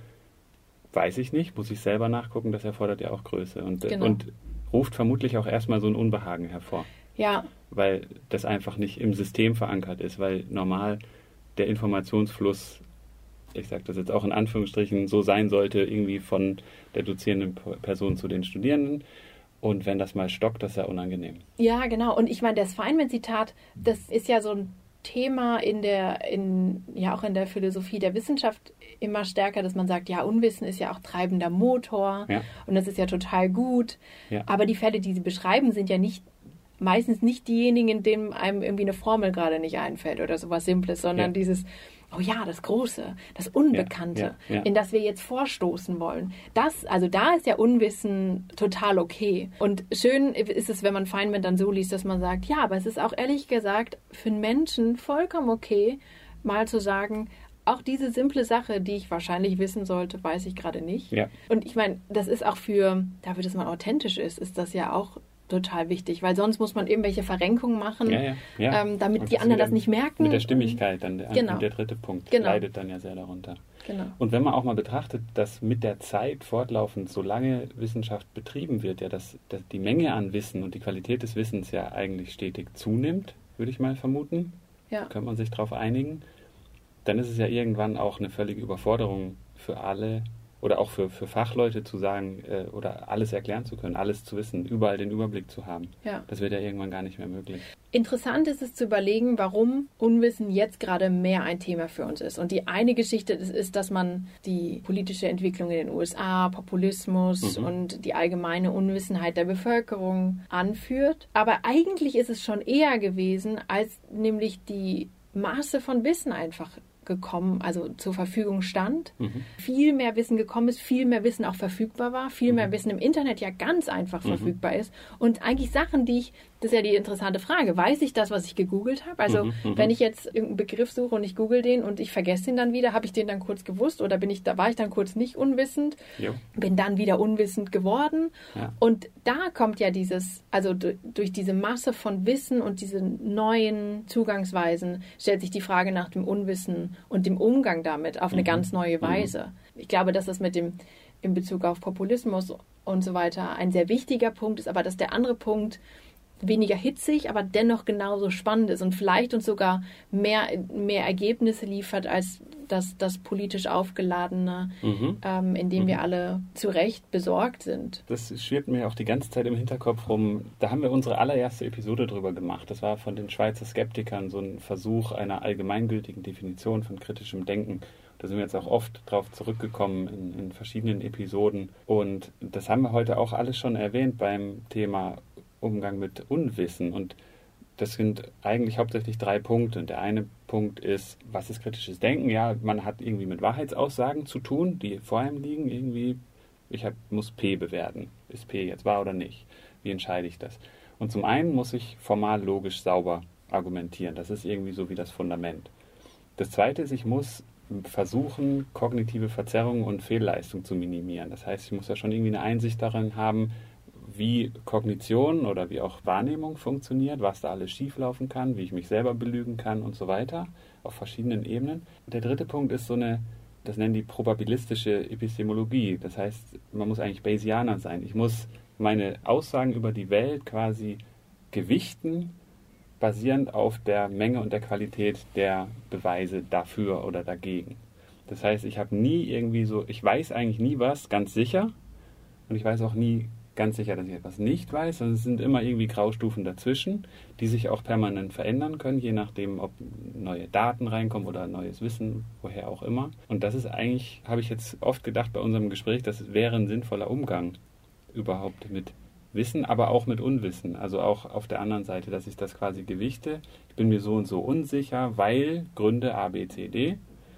weiß ich nicht, muss ich selber nachgucken, das erfordert ja auch Größe und, genau. und ruft vermutlich auch erstmal so ein Unbehagen hervor. Ja. Weil das einfach nicht im System verankert ist, weil normal der Informationsfluss, ich sage das jetzt auch in Anführungsstrichen, so sein sollte, irgendwie von der dozierenden Person zu den Studierenden. Und wenn das mal stockt, das ist ja unangenehm. Ja, genau. Und ich meine, das Feynman-Zitat, das ist ja so ein Thema in der, in, ja auch in der Philosophie der Wissenschaft immer stärker, dass man sagt, ja, Unwissen ist ja auch treibender Motor ja. und das ist ja total gut. Ja. Aber die Fälle, die sie beschreiben, sind ja nicht meistens nicht diejenigen, in denen einem irgendwie eine Formel gerade nicht einfällt oder sowas Simples, sondern ja. dieses, oh ja, das Große, das Unbekannte, ja, ja, ja. in das wir jetzt vorstoßen wollen. Das, also da ist ja Unwissen total okay. Und schön ist es, wenn man Feynman dann so liest, dass man sagt, ja, aber es ist auch ehrlich gesagt für einen Menschen vollkommen okay, mal zu sagen, auch diese simple Sache, die ich wahrscheinlich wissen sollte, weiß ich gerade nicht. Ja. Und ich meine, das ist auch für, dafür, dass man authentisch ist, ist das ja auch total wichtig, weil sonst muss man irgendwelche Verrenkungen machen, ja, ja, ja. Ähm, damit und die anderen das nicht merken. Mit der Stimmigkeit, dann der, genau. der dritte Punkt, genau. leidet dann ja sehr darunter. Genau. Und wenn man auch mal betrachtet, dass mit der Zeit fortlaufend, solange Wissenschaft betrieben wird, ja, dass, dass die Menge an Wissen und die Qualität des Wissens ja eigentlich stetig zunimmt, würde ich mal vermuten, ja. könnte man sich darauf einigen, dann ist es ja irgendwann auch eine völlige Überforderung für alle, oder auch für, für Fachleute zu sagen äh, oder alles erklären zu können, alles zu wissen, überall den Überblick zu haben. Ja. Das wird ja irgendwann gar nicht mehr möglich. Interessant ist es zu überlegen, warum Unwissen jetzt gerade mehr ein Thema für uns ist. Und die eine Geschichte ist, ist dass man die politische Entwicklung in den U S A, Populismus mhm. und die allgemeine Unwissenheit der Bevölkerung anführt. Aber eigentlich ist es schon eher gewesen, als nämlich die Masse von Wissen einfach gekommen, also zur Verfügung stand, mhm. viel mehr Wissen gekommen ist, viel mehr Wissen auch verfügbar war, viel mhm. mehr Wissen im Internet ja ganz einfach mhm. verfügbar ist und eigentlich Sachen, die ich, das ist ja die interessante Frage, weiß ich das, was ich gegoogelt habe? Also mhm. wenn ich jetzt irgendeinen Begriff suche und ich google den und ich vergesse ihn dann wieder, habe ich den dann kurz gewusst oder bin ich, da war ich dann kurz nicht unwissend, jo. bin dann wieder unwissend geworden ja. und da kommt ja dieses, also d- durch diese Masse von Wissen und diese neuen Zugangsweisen stellt sich die Frage nach dem Unwissen und dem Umgang damit auf eine mhm. ganz neue Weise. Mhm. Ich glaube, dass das mit dem in Bezug auf Populismus und so weiter ein sehr wichtiger Punkt ist, aber dass der andere Punkt weniger hitzig, aber dennoch genauso spannend ist und vielleicht uns sogar mehr, mehr Ergebnisse liefert als das, das politisch aufgeladene, mhm. ähm, in dem mhm. wir alle zu Recht besorgt sind. Das schwirrt mir auch die ganze Zeit im Hinterkopf rum. Da haben wir unsere allererste Episode drüber gemacht. Das war von den Schweizer Skeptikern so ein Versuch einer allgemeingültigen Definition von kritischem Denken. Da sind wir jetzt auch oft drauf zurückgekommen in, in verschiedenen Episoden. Und das haben wir heute auch alles schon erwähnt beim Thema Umgang mit Unwissen. Und das sind eigentlich hauptsächlich drei Punkte. Der eine Punkt ist, was ist kritisches Denken? Ja, man hat irgendwie mit Wahrheitsaussagen zu tun, die vor einem liegen. Irgendwie, ich hab, muss P bewerten. Ist P jetzt wahr oder nicht? Wie entscheide ich das? Und zum einen muss ich formal logisch sauber argumentieren. Das ist irgendwie so wie das Fundament. Das zweite ist, ich muss versuchen, kognitive Verzerrungen und Fehlleistung zu minimieren. Das heißt, ich muss ja schon irgendwie eine Einsicht darin haben, wie Kognition oder wie auch Wahrnehmung funktioniert, was da alles schieflaufen kann, wie ich mich selber belügen kann und so weiter, auf verschiedenen Ebenen. Und der dritte Punkt ist so eine, das nennen die probabilistische Epistemologie. Das heißt, man muss eigentlich Bayesianer sein. Ich muss meine Aussagen über die Welt quasi gewichten, basierend auf der Menge und der Qualität der Beweise dafür oder dagegen. Das heißt, ich habe nie irgendwie so, ich weiß eigentlich nie was ganz sicher und ich weiß auch nie ganz sicher, dass ich etwas nicht weiß, sondern es sind immer irgendwie Graustufen dazwischen, die sich auch permanent verändern können, je nachdem, ob neue Daten reinkommen oder neues Wissen, woher auch immer. Und das ist eigentlich, habe ich jetzt oft gedacht bei unserem Gespräch, das wäre ein sinnvoller Umgang überhaupt mit Wissen, aber auch mit Unwissen. Also auch auf der anderen Seite, dass ich das quasi gewichte. Ich bin mir so und so unsicher, weil Gründe A, B, C, D.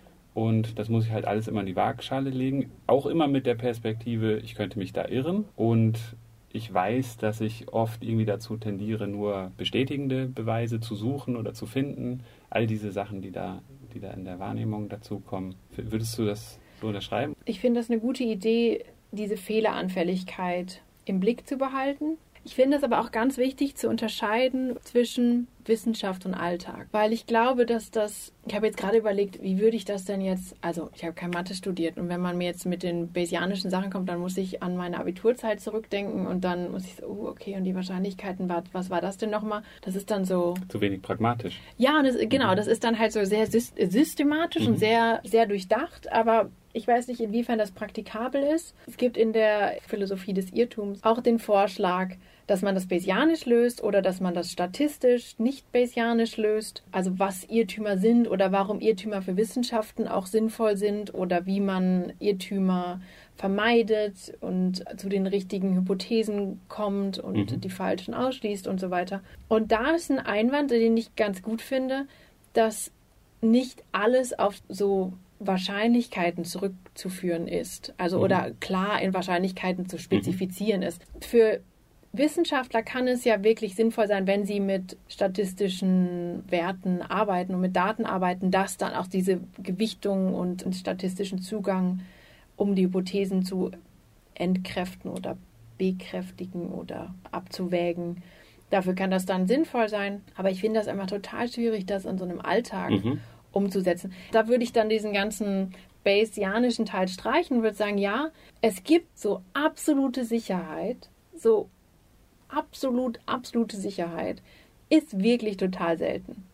Und das muss ich halt alles immer in die Waagschale legen. Auch immer mit der Perspektive, ich könnte mich da irren. Und ich weiß, dass ich oft irgendwie dazu tendiere, nur bestätigende Beweise zu suchen oder zu finden. All diese Sachen, die da, die da in der Wahrnehmung dazukommen. Würdest du das so unterschreiben? Ich finde das eine gute Idee, diese Fehleranfälligkeit im Blick zu behalten. Ich finde es aber auch ganz wichtig zu unterscheiden zwischen Wissenschaft und Alltag. Weil ich glaube, dass das, ich habe jetzt gerade überlegt, wie würde ich das denn jetzt, also ich habe kein Mathe studiert und wenn man mir jetzt mit den bayesianischen Sachen kommt, dann muss ich an meine Abiturzeit zurückdenken und dann muss ich so, oh, okay, und die Wahrscheinlichkeiten, was war das denn nochmal? Das ist dann so... Zu wenig pragmatisch. Ja, und das, genau, das ist dann halt so sehr systematisch mhm. und sehr, sehr durchdacht, aber ich weiß nicht, inwiefern das praktikabel ist. Es gibt in der Philosophie des Irrtums auch den Vorschlag, dass man das bayesianisch löst oder dass man das statistisch nicht bayesianisch löst. Also was Irrtümer sind oder warum Irrtümer für Wissenschaften auch sinnvoll sind oder wie man Irrtümer vermeidet und zu den richtigen Hypothesen kommt und mhm. die falschen ausschließt und so weiter. Und da ist ein Einwand, den ich ganz gut finde, dass nicht alles auf so Wahrscheinlichkeiten zurückzuführen ist. Also mhm. oder klar in Wahrscheinlichkeiten zu spezifizieren mhm. ist. Für Wissenschaftler kann es ja wirklich sinnvoll sein, wenn sie mit statistischen Werten arbeiten und mit Daten arbeiten, dass dann auch diese Gewichtung und einen statistischen Zugang, um die Hypothesen zu entkräften oder bekräftigen oder abzuwägen. Dafür kann das dann sinnvoll sein. Aber ich finde das einfach total schwierig, das in so einem Alltag mhm. umzusetzen. Da würde ich dann diesen ganzen bayesianischen Teil streichen und würde sagen, ja, es gibt so absolute Sicherheit, so absolut, absolute Sicherheit ist wirklich total selten.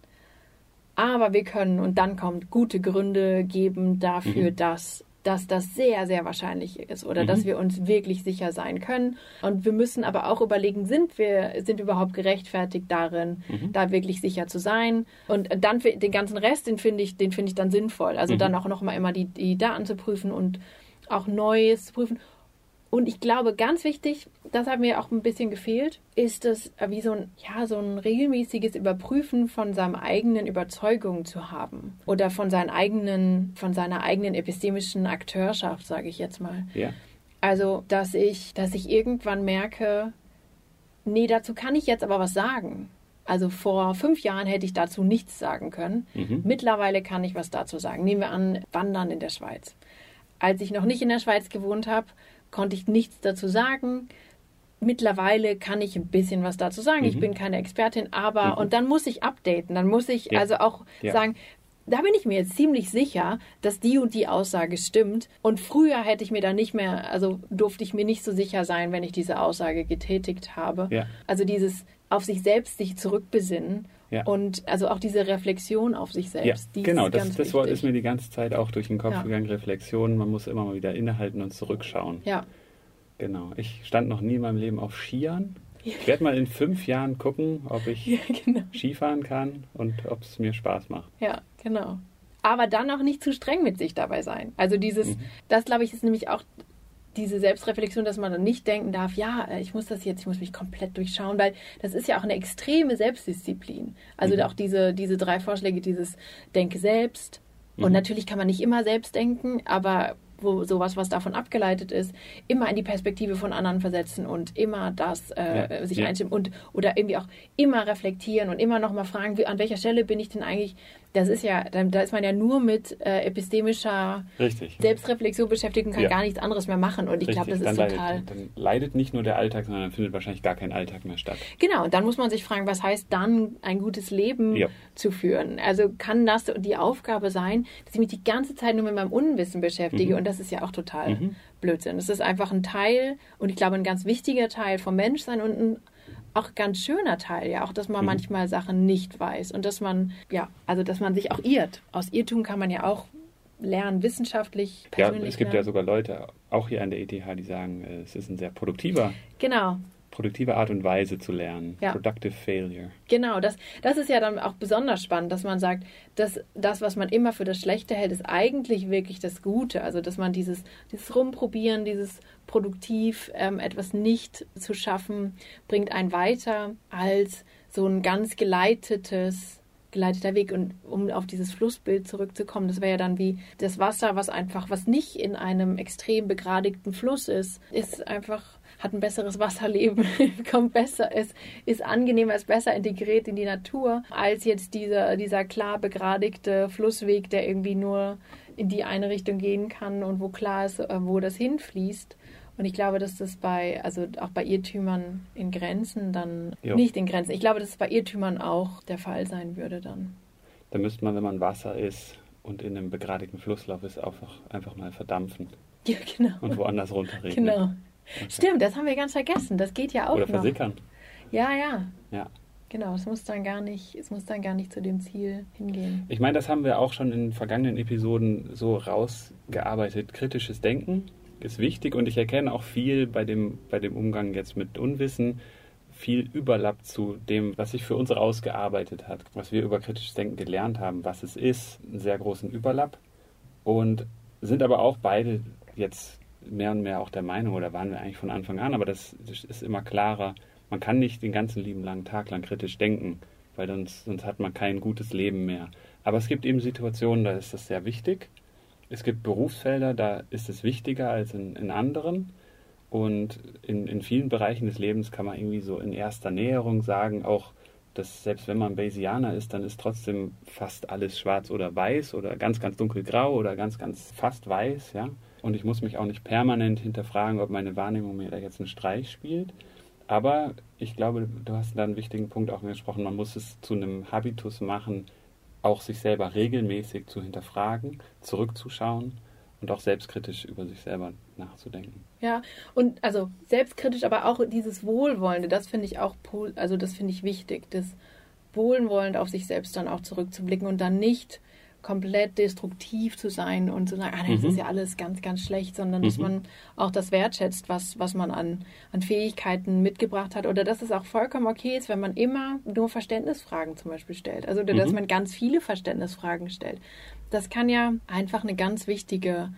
Aber wir können, und dann kommt, gute Gründe geben dafür, mhm. dass, dass das sehr, sehr wahrscheinlich ist oder mhm. dass wir uns wirklich sicher sein können. Und wir müssen aber auch überlegen, sind wir, sind wir überhaupt gerechtfertigt darin, mhm. da wirklich sicher zu sein? Und dann den ganzen Rest, den finde ich, den finde ich dann sinnvoll. Also mhm. dann auch noch mal immer die, die Daten zu prüfen und auch Neues zu prüfen. Und ich glaube, ganz wichtig, das hat mir auch ein bisschen gefehlt, ist es wie so ein, ja, so ein regelmäßiges Überprüfen von seinen eigenen Überzeugungen zu haben. Oder von seinen eigenen, von seiner eigenen epistemischen Akteurschaft, sage ich jetzt mal. Ja. Also, dass ich, dass ich irgendwann merke, nee, dazu kann ich jetzt aber was sagen. Also vor fünf Jahren hätte ich dazu nichts sagen können. Mhm. Mittlerweile kann ich was dazu sagen. Nehmen wir an, Wandern in der Schweiz. Als ich noch nicht in der Schweiz gewohnt habe, konnte ich nichts dazu sagen. Mittlerweile kann ich ein bisschen was dazu sagen. Mhm. Ich bin keine Expertin, aber mhm. und dann muss ich updaten. Dann muss ich ja. also auch ja. sagen, da bin ich mir jetzt ziemlich sicher, dass die und die Aussage stimmt. Und früher hätte ich mir da nicht mehr, also durfte ich mir nicht so sicher sein, wenn ich diese Aussage getätigt habe. Ja. Also dieses auf sich selbst sich zurückbesinnen. Ja. Und also auch diese Reflexion auf sich selbst. Ja, die genau, ist das, ganz das Wort ist mir die ganze Zeit auch durch den Kopf ja. gegangen. Reflexion, man muss immer mal wieder innehalten und zurückschauen. Ja. Genau. Ich stand noch nie in meinem Leben auf Skiern. Ich werde mal in fünf Jahren gucken, ob ich ja, genau. Skifahren kann und ob es mir Spaß macht. Ja, genau. Aber dann auch nicht zu streng mit sich dabei sein. Also dieses, mhm. das glaube ich ist nämlich auch diese Selbstreflexion, dass man dann nicht denken darf, ja, ich muss das jetzt, ich muss mich komplett durchschauen, weil das ist ja auch eine extreme Selbstdisziplin. Also mhm. auch diese, diese drei Vorschläge, dieses Denke selbst. Mhm. Und natürlich kann man nicht immer selbst denken, aber wo sowas, was davon abgeleitet ist, immer in die Perspektive von anderen versetzen und immer das äh, ja. sich ja. einstimmen und oder irgendwie auch immer reflektieren und immer nochmal fragen, wie, an welcher Stelle bin ich denn eigentlich, das ist ja, da, da ist man ja nur mit äh, epistemischer Richtig. Selbstreflexion beschäftigt und kann ja. gar nichts anderes mehr machen und ich glaube, das dann ist leidet, total... Dann leidet nicht nur der Alltag, sondern dann findet wahrscheinlich gar kein Alltag mehr statt. Genau, und dann muss man sich fragen, was heißt dann, ein gutes Leben ja. zu führen? Also kann das die Aufgabe sein, dass ich mich die ganze Zeit nur mit meinem Unwissen beschäftige mhm. und das ist ja auch total mhm. Blödsinn. Das ist einfach ein Teil und ich glaube ein ganz wichtiger Teil vom Menschsein und ein auch ganz schöner Teil, ja, auch, dass man mhm. manchmal Sachen nicht weiß und dass man, ja, also dass man sich auch irrt. Aus Irrtum kann man ja auch lernen, wissenschaftlich, persönlich. Ja, es gibt lernen. Ja sogar Leute, auch hier an der E T H, die sagen, es ist ein sehr produktiver genau. produktive Art und Weise zu lernen. Ja. Productive Failure. Genau, das, das ist ja dann auch besonders spannend, dass man sagt, dass das, was man immer für das Schlechte hält, ist eigentlich wirklich das Gute. Also, dass man dieses, dieses Rumprobieren, dieses produktiv ähm, etwas nicht zu schaffen, bringt einen weiter als so ein ganz geleitetes geleiteter Weg. Und um auf dieses Flussbild zurückzukommen, das wäre ja dann wie das Wasser, was einfach, was nicht in einem extrem begradigten Fluss ist, ist einfach hat ein besseres Wasserleben, kommt besser, ist, ist angenehmer, ist besser integriert in die Natur, als jetzt dieser, dieser klar begradigte Flussweg, der irgendwie nur in die eine Richtung gehen kann und wo klar ist, wo das hinfließt. Und ich glaube, dass das bei, also auch bei Irrtümern in Grenzen dann, jo. nicht in Grenzen, ich glaube, dass es bei Irrtümern auch der Fall sein würde dann. Da müsste man, wenn man Wasser ist und in einem begradigten Flusslauf ist, einfach, einfach mal verdampfen. Ja, genau. Und woanders runterregnen. Genau. Okay. Stimmt, das haben wir ganz vergessen. Das geht ja auch Oder noch. Oder versickern. Ja, ja. Ja. Genau, es muss dann gar nicht, es muss dann gar nicht zu dem Ziel hingehen. Ich meine, das haben wir auch schon in vergangenen Episoden so rausgearbeitet. Kritisches Denken ist wichtig und ich erkenne auch viel bei dem, bei dem Umgang jetzt mit Unwissen, viel Überlapp zu dem, was sich für uns rausgearbeitet hat, was wir über kritisches Denken gelernt haben, was es ist, einen sehr großen Überlapp und sind aber auch beide jetzt mehr und mehr auch der Meinung, oder waren wir eigentlich von Anfang an, aber das, das ist immer klarer, man kann nicht den ganzen lieben langen Tag lang kritisch denken, weil sonst, sonst hat man kein gutes Leben mehr. Aber es gibt eben Situationen, da ist das sehr wichtig. Es gibt Berufsfelder, da ist es wichtiger als in, in anderen. Und in, in vielen Bereichen des Lebens kann man irgendwie so in erster Näherung sagen, auch, dass selbst wenn man Bayesianer ist, dann ist trotzdem fast alles schwarz oder weiß oder ganz, ganz dunkelgrau oder ganz, ganz fast weiß, ja. Und ich muss mich auch nicht permanent hinterfragen, ob meine Wahrnehmung mir da jetzt einen Streich spielt. Aber ich glaube, du hast da einen wichtigen Punkt auch angesprochen, man muss es zu einem Habitus machen, auch sich selber regelmäßig zu hinterfragen, zurückzuschauen und auch selbstkritisch über sich selber nachzudenken. Ja, und also selbstkritisch, aber auch dieses Wohlwollende, das finde ich auch, also das finde ich wichtig, das wohlwollend auf sich selbst dann auch zurückzublicken und dann nicht komplett destruktiv zu sein und zu sagen, ah, das mhm. ist ja alles ganz, ganz schlecht, sondern mhm. dass man auch das wertschätzt, was, was man an, an Fähigkeiten mitgebracht hat oder dass es auch vollkommen okay ist, wenn man immer nur Verständnisfragen zum Beispiel stellt. Also oder mhm. dass man ganz viele Verständnisfragen stellt. Das kann ja einfach eine ganz wichtige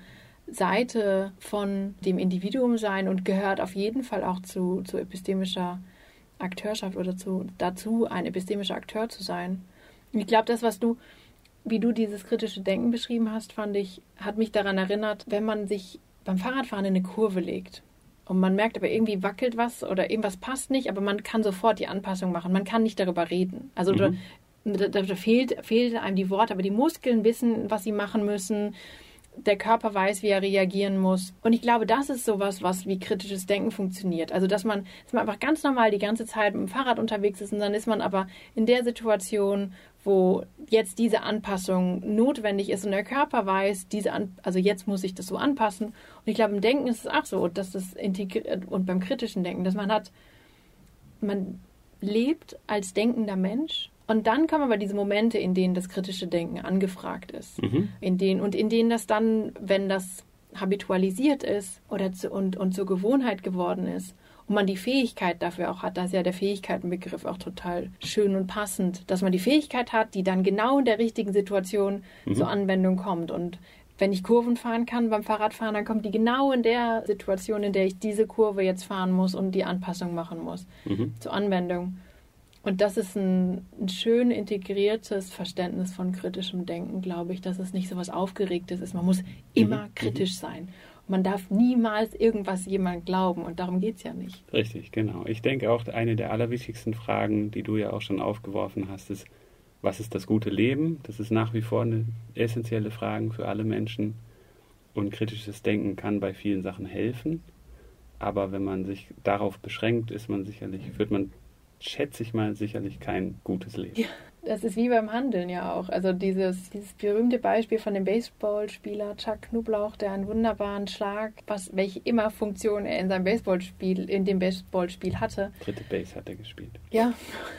Seite von dem Individuum sein und gehört auf jeden Fall auch zu, zu epistemischer Akteurschaft oder zu, dazu, ein epistemischer Akteur zu sein. Und ich glaube, das, was du wie du dieses kritische Denken beschrieben hast, fand ich, hat mich daran erinnert, wenn man sich beim Fahrradfahren in eine Kurve legt und man merkt aber irgendwie wackelt was oder irgendwas passt nicht, aber man kann sofort die Anpassung machen. Man kann nicht darüber reden. Also mhm. da, da, da fehlt, fehlt einem die Worte, aber die Muskeln wissen, was sie machen müssen. Der Körper weiß, wie er reagieren muss. Und ich glaube, das ist sowas, was wie kritisches Denken funktioniert. Also, dass man, dass man einfach ganz normal die ganze Zeit mit dem Fahrrad unterwegs ist und dann ist man aber in der Situation, wo jetzt diese Anpassung notwendig ist und der Körper weiß, diese An- also jetzt muss ich das so anpassen. Und ich glaube, im Denken ist es auch so, dass das integriert und beim kritischen Denken, dass man hat, man lebt als denkender Mensch. Und dann kommen aber diese Momente, in denen das kritische Denken angefragt ist. Mhm. In denen, und in denen das dann, wenn das habitualisiert ist oder zu, und, und zur Gewohnheit geworden ist und man die Fähigkeit dafür auch hat, da ist ja der Fähigkeitenbegriff auch total schön und passend, dass man die Fähigkeit hat, die dann genau in der richtigen Situation mhm. zur Anwendung kommt. Und wenn ich Kurven fahren kann beim Fahrradfahren, dann kommt die genau in der Situation, in der ich diese Kurve jetzt fahren muss und die Anpassung machen muss mhm. zur Anwendung. Und das ist ein, ein schön integriertes Verständnis von kritischem Denken, glaube ich, dass es nicht so was Aufgeregtes ist. Man muss immer mhm. kritisch sein. Und man darf niemals irgendwas jemand glauben und darum geht es ja nicht. Richtig, genau. Ich denke auch, eine der allerwichtigsten Fragen, die du ja auch schon aufgeworfen hast, ist, was ist das gute Leben? Das ist nach wie vor eine essentielle Frage für alle Menschen. Und kritisches Denken kann bei vielen Sachen helfen. Aber wenn man sich darauf beschränkt, ist man sicherlich, wird man schätze ich mal, sicherlich kein gutes Leben. Ja, das ist wie beim Handeln ja auch. Also dieses, dieses berühmte Beispiel von dem Baseballspieler Chuck Knoblauch, der einen wunderbaren Schlag, was, welche immer Funktion er in seinem Baseballspiel, in dem Baseballspiel hatte. Dritte Base hat er gespielt. Ja.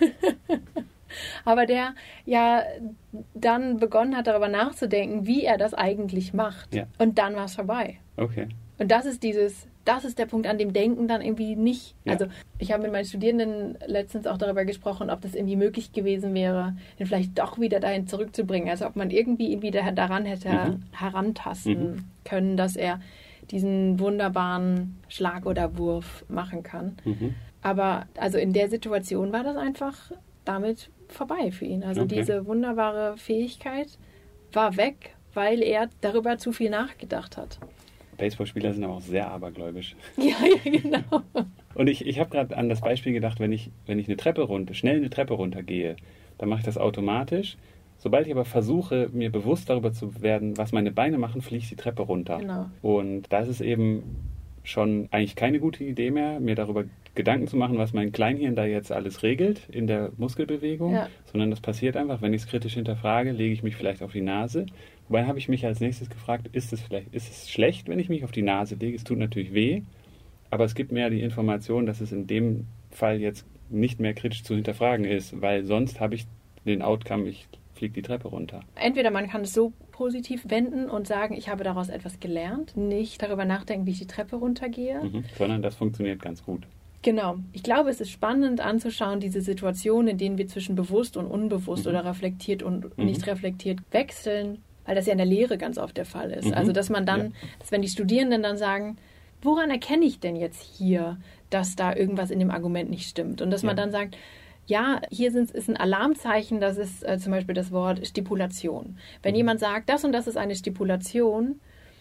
Aber der ja dann begonnen hat, darüber nachzudenken, wie er das eigentlich macht. Ja. Und dann war es vorbei. Okay. Und das ist dieses, das ist der Punkt, an dem Denken dann irgendwie nicht, ja. Also ich habe mit meinen Studierenden letztens auch darüber gesprochen, ob das irgendwie möglich gewesen wäre, ihn vielleicht doch wieder dahin zurückzubringen. Also ob man irgendwie wieder daran hätte mhm. herantasten mhm. können, dass er diesen wunderbaren Schlag oder Wurf machen kann. Mhm. Aber also in der Situation war das einfach damit vorbei für ihn. Also okay. diese wunderbare Fähigkeit war weg, weil er darüber zu viel nachgedacht hat. Baseballspieler sind aber auch sehr abergläubisch. Ja, ja, genau. Und ich, ich habe gerade an das Beispiel gedacht, wenn ich, wenn ich eine Treppe runter, schnell eine Treppe runtergehe, dann mache ich das automatisch. Sobald ich aber versuche, mir bewusst darüber zu werden, was meine Beine machen, fliege ich die Treppe runter. Genau. Und da ist es eben schon eigentlich keine gute Idee mehr, mir darüber Gedanken zu machen, was mein Kleinhirn da jetzt alles regelt in der Muskelbewegung, Ja. sondern das passiert einfach, wenn ich es kritisch hinterfrage, lege ich mich vielleicht auf die Nase. Wobei habe ich mich als nächstes gefragt, ist es vielleicht, ist es schlecht, wenn ich mich auf die Nase lege? Es tut natürlich weh, aber es gibt mir die Information, dass es in dem Fall jetzt nicht mehr kritisch zu hinterfragen ist, weil sonst habe ich den Outcome, ich fliege die Treppe runter. Entweder man kann es so positiv wenden und sagen, ich habe daraus etwas gelernt, nicht darüber nachdenken, wie ich die Treppe runtergehe. Mhm, sondern das funktioniert ganz gut. Genau. Ich glaube, es ist spannend anzuschauen, diese Situationen, in denen wir zwischen bewusst und unbewusst Mhm. oder reflektiert und Mhm. nicht reflektiert wechseln, weil das ja in der Lehre ganz oft der Fall ist. Mhm. Also, dass man dann, Ja. dass wenn die Studierenden dann sagen, woran erkenne ich denn jetzt hier, dass da irgendwas in dem Argument nicht stimmt? Und dass man Ja. dann sagt, ja, hier sind, ist ein Alarmzeichen, das ist äh, zum Beispiel das Wort Stipulation. Wenn Mhm. jemand sagt, das und das ist eine Stipulation,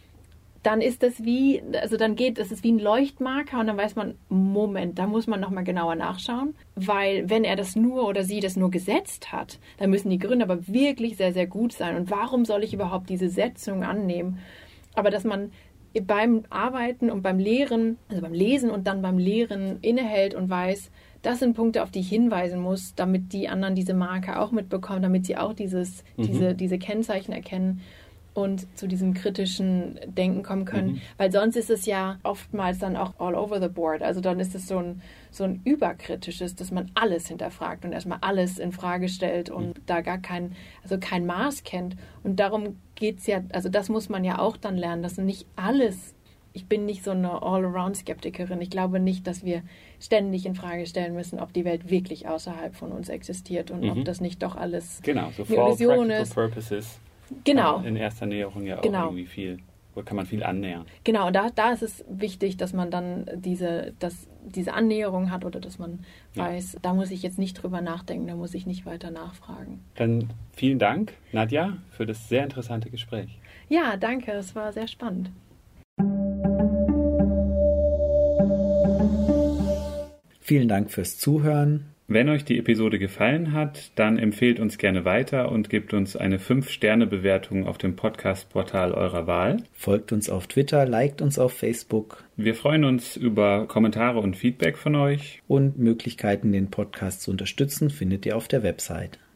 dann ist das wie, also dann geht, das ist wie ein Leuchtmarker und dann weiß man, Moment, da muss man nochmal genauer nachschauen, weil wenn er das nur oder sie das nur gesetzt hat, dann müssen die Gründe aber wirklich sehr, sehr gut sein. Und warum soll ich überhaupt diese Setzung annehmen? Aber dass man beim Arbeiten und beim Lehren, also beim Lesen und dann beim Lehren innehält und weiß, das sind Punkte, auf die ich hinweisen muss, damit die anderen diese Marke auch mitbekommen, damit sie auch dieses, Mhm. diese, diese Kennzeichen erkennen und zu diesem kritischen Denken kommen können. Mhm. Weil sonst ist es ja oftmals dann auch all over the board. Also dann ist es so ein, so ein überkritisches, dass man alles hinterfragt und erstmal alles in Frage stellt und Mhm. da gar kein, also kein Maß kennt. Und darum geht's ja, also das muss man ja auch dann lernen, dass nicht alles, ich bin nicht so eine All-Around-Skeptikerin. Ich glaube nicht, dass wir ständig in Frage stellen müssen, ob die Welt wirklich außerhalb von uns existiert und Mhm. ob das nicht doch alles Genau, so eine for all Illusion practical ist. purposes. Genau. Kann man in erster Näherung ja auch Genau. irgendwie viel, oder kann man viel annähern. Genau, und da, da ist es wichtig, dass man dann diese, dass diese Annäherung hat oder dass man Ja. weiß, da muss ich jetzt nicht drüber nachdenken, da muss ich nicht weiter nachfragen. Dann vielen Dank, Nadja, für das sehr interessante Gespräch. Ja, danke, es war sehr spannend. Vielen Dank fürs Zuhören. Wenn euch die Episode gefallen hat, dann empfehlt uns gerne weiter und gebt uns eine fünf Sterne Bewertung auf dem Podcast-Portal eurer Wahl. Folgt uns auf Twitter, liked uns auf Facebook Wir freuen uns über Kommentare und Feedback von euch. und Möglichkeiten, den Podcast zu unterstützen, findet ihr auf der Website.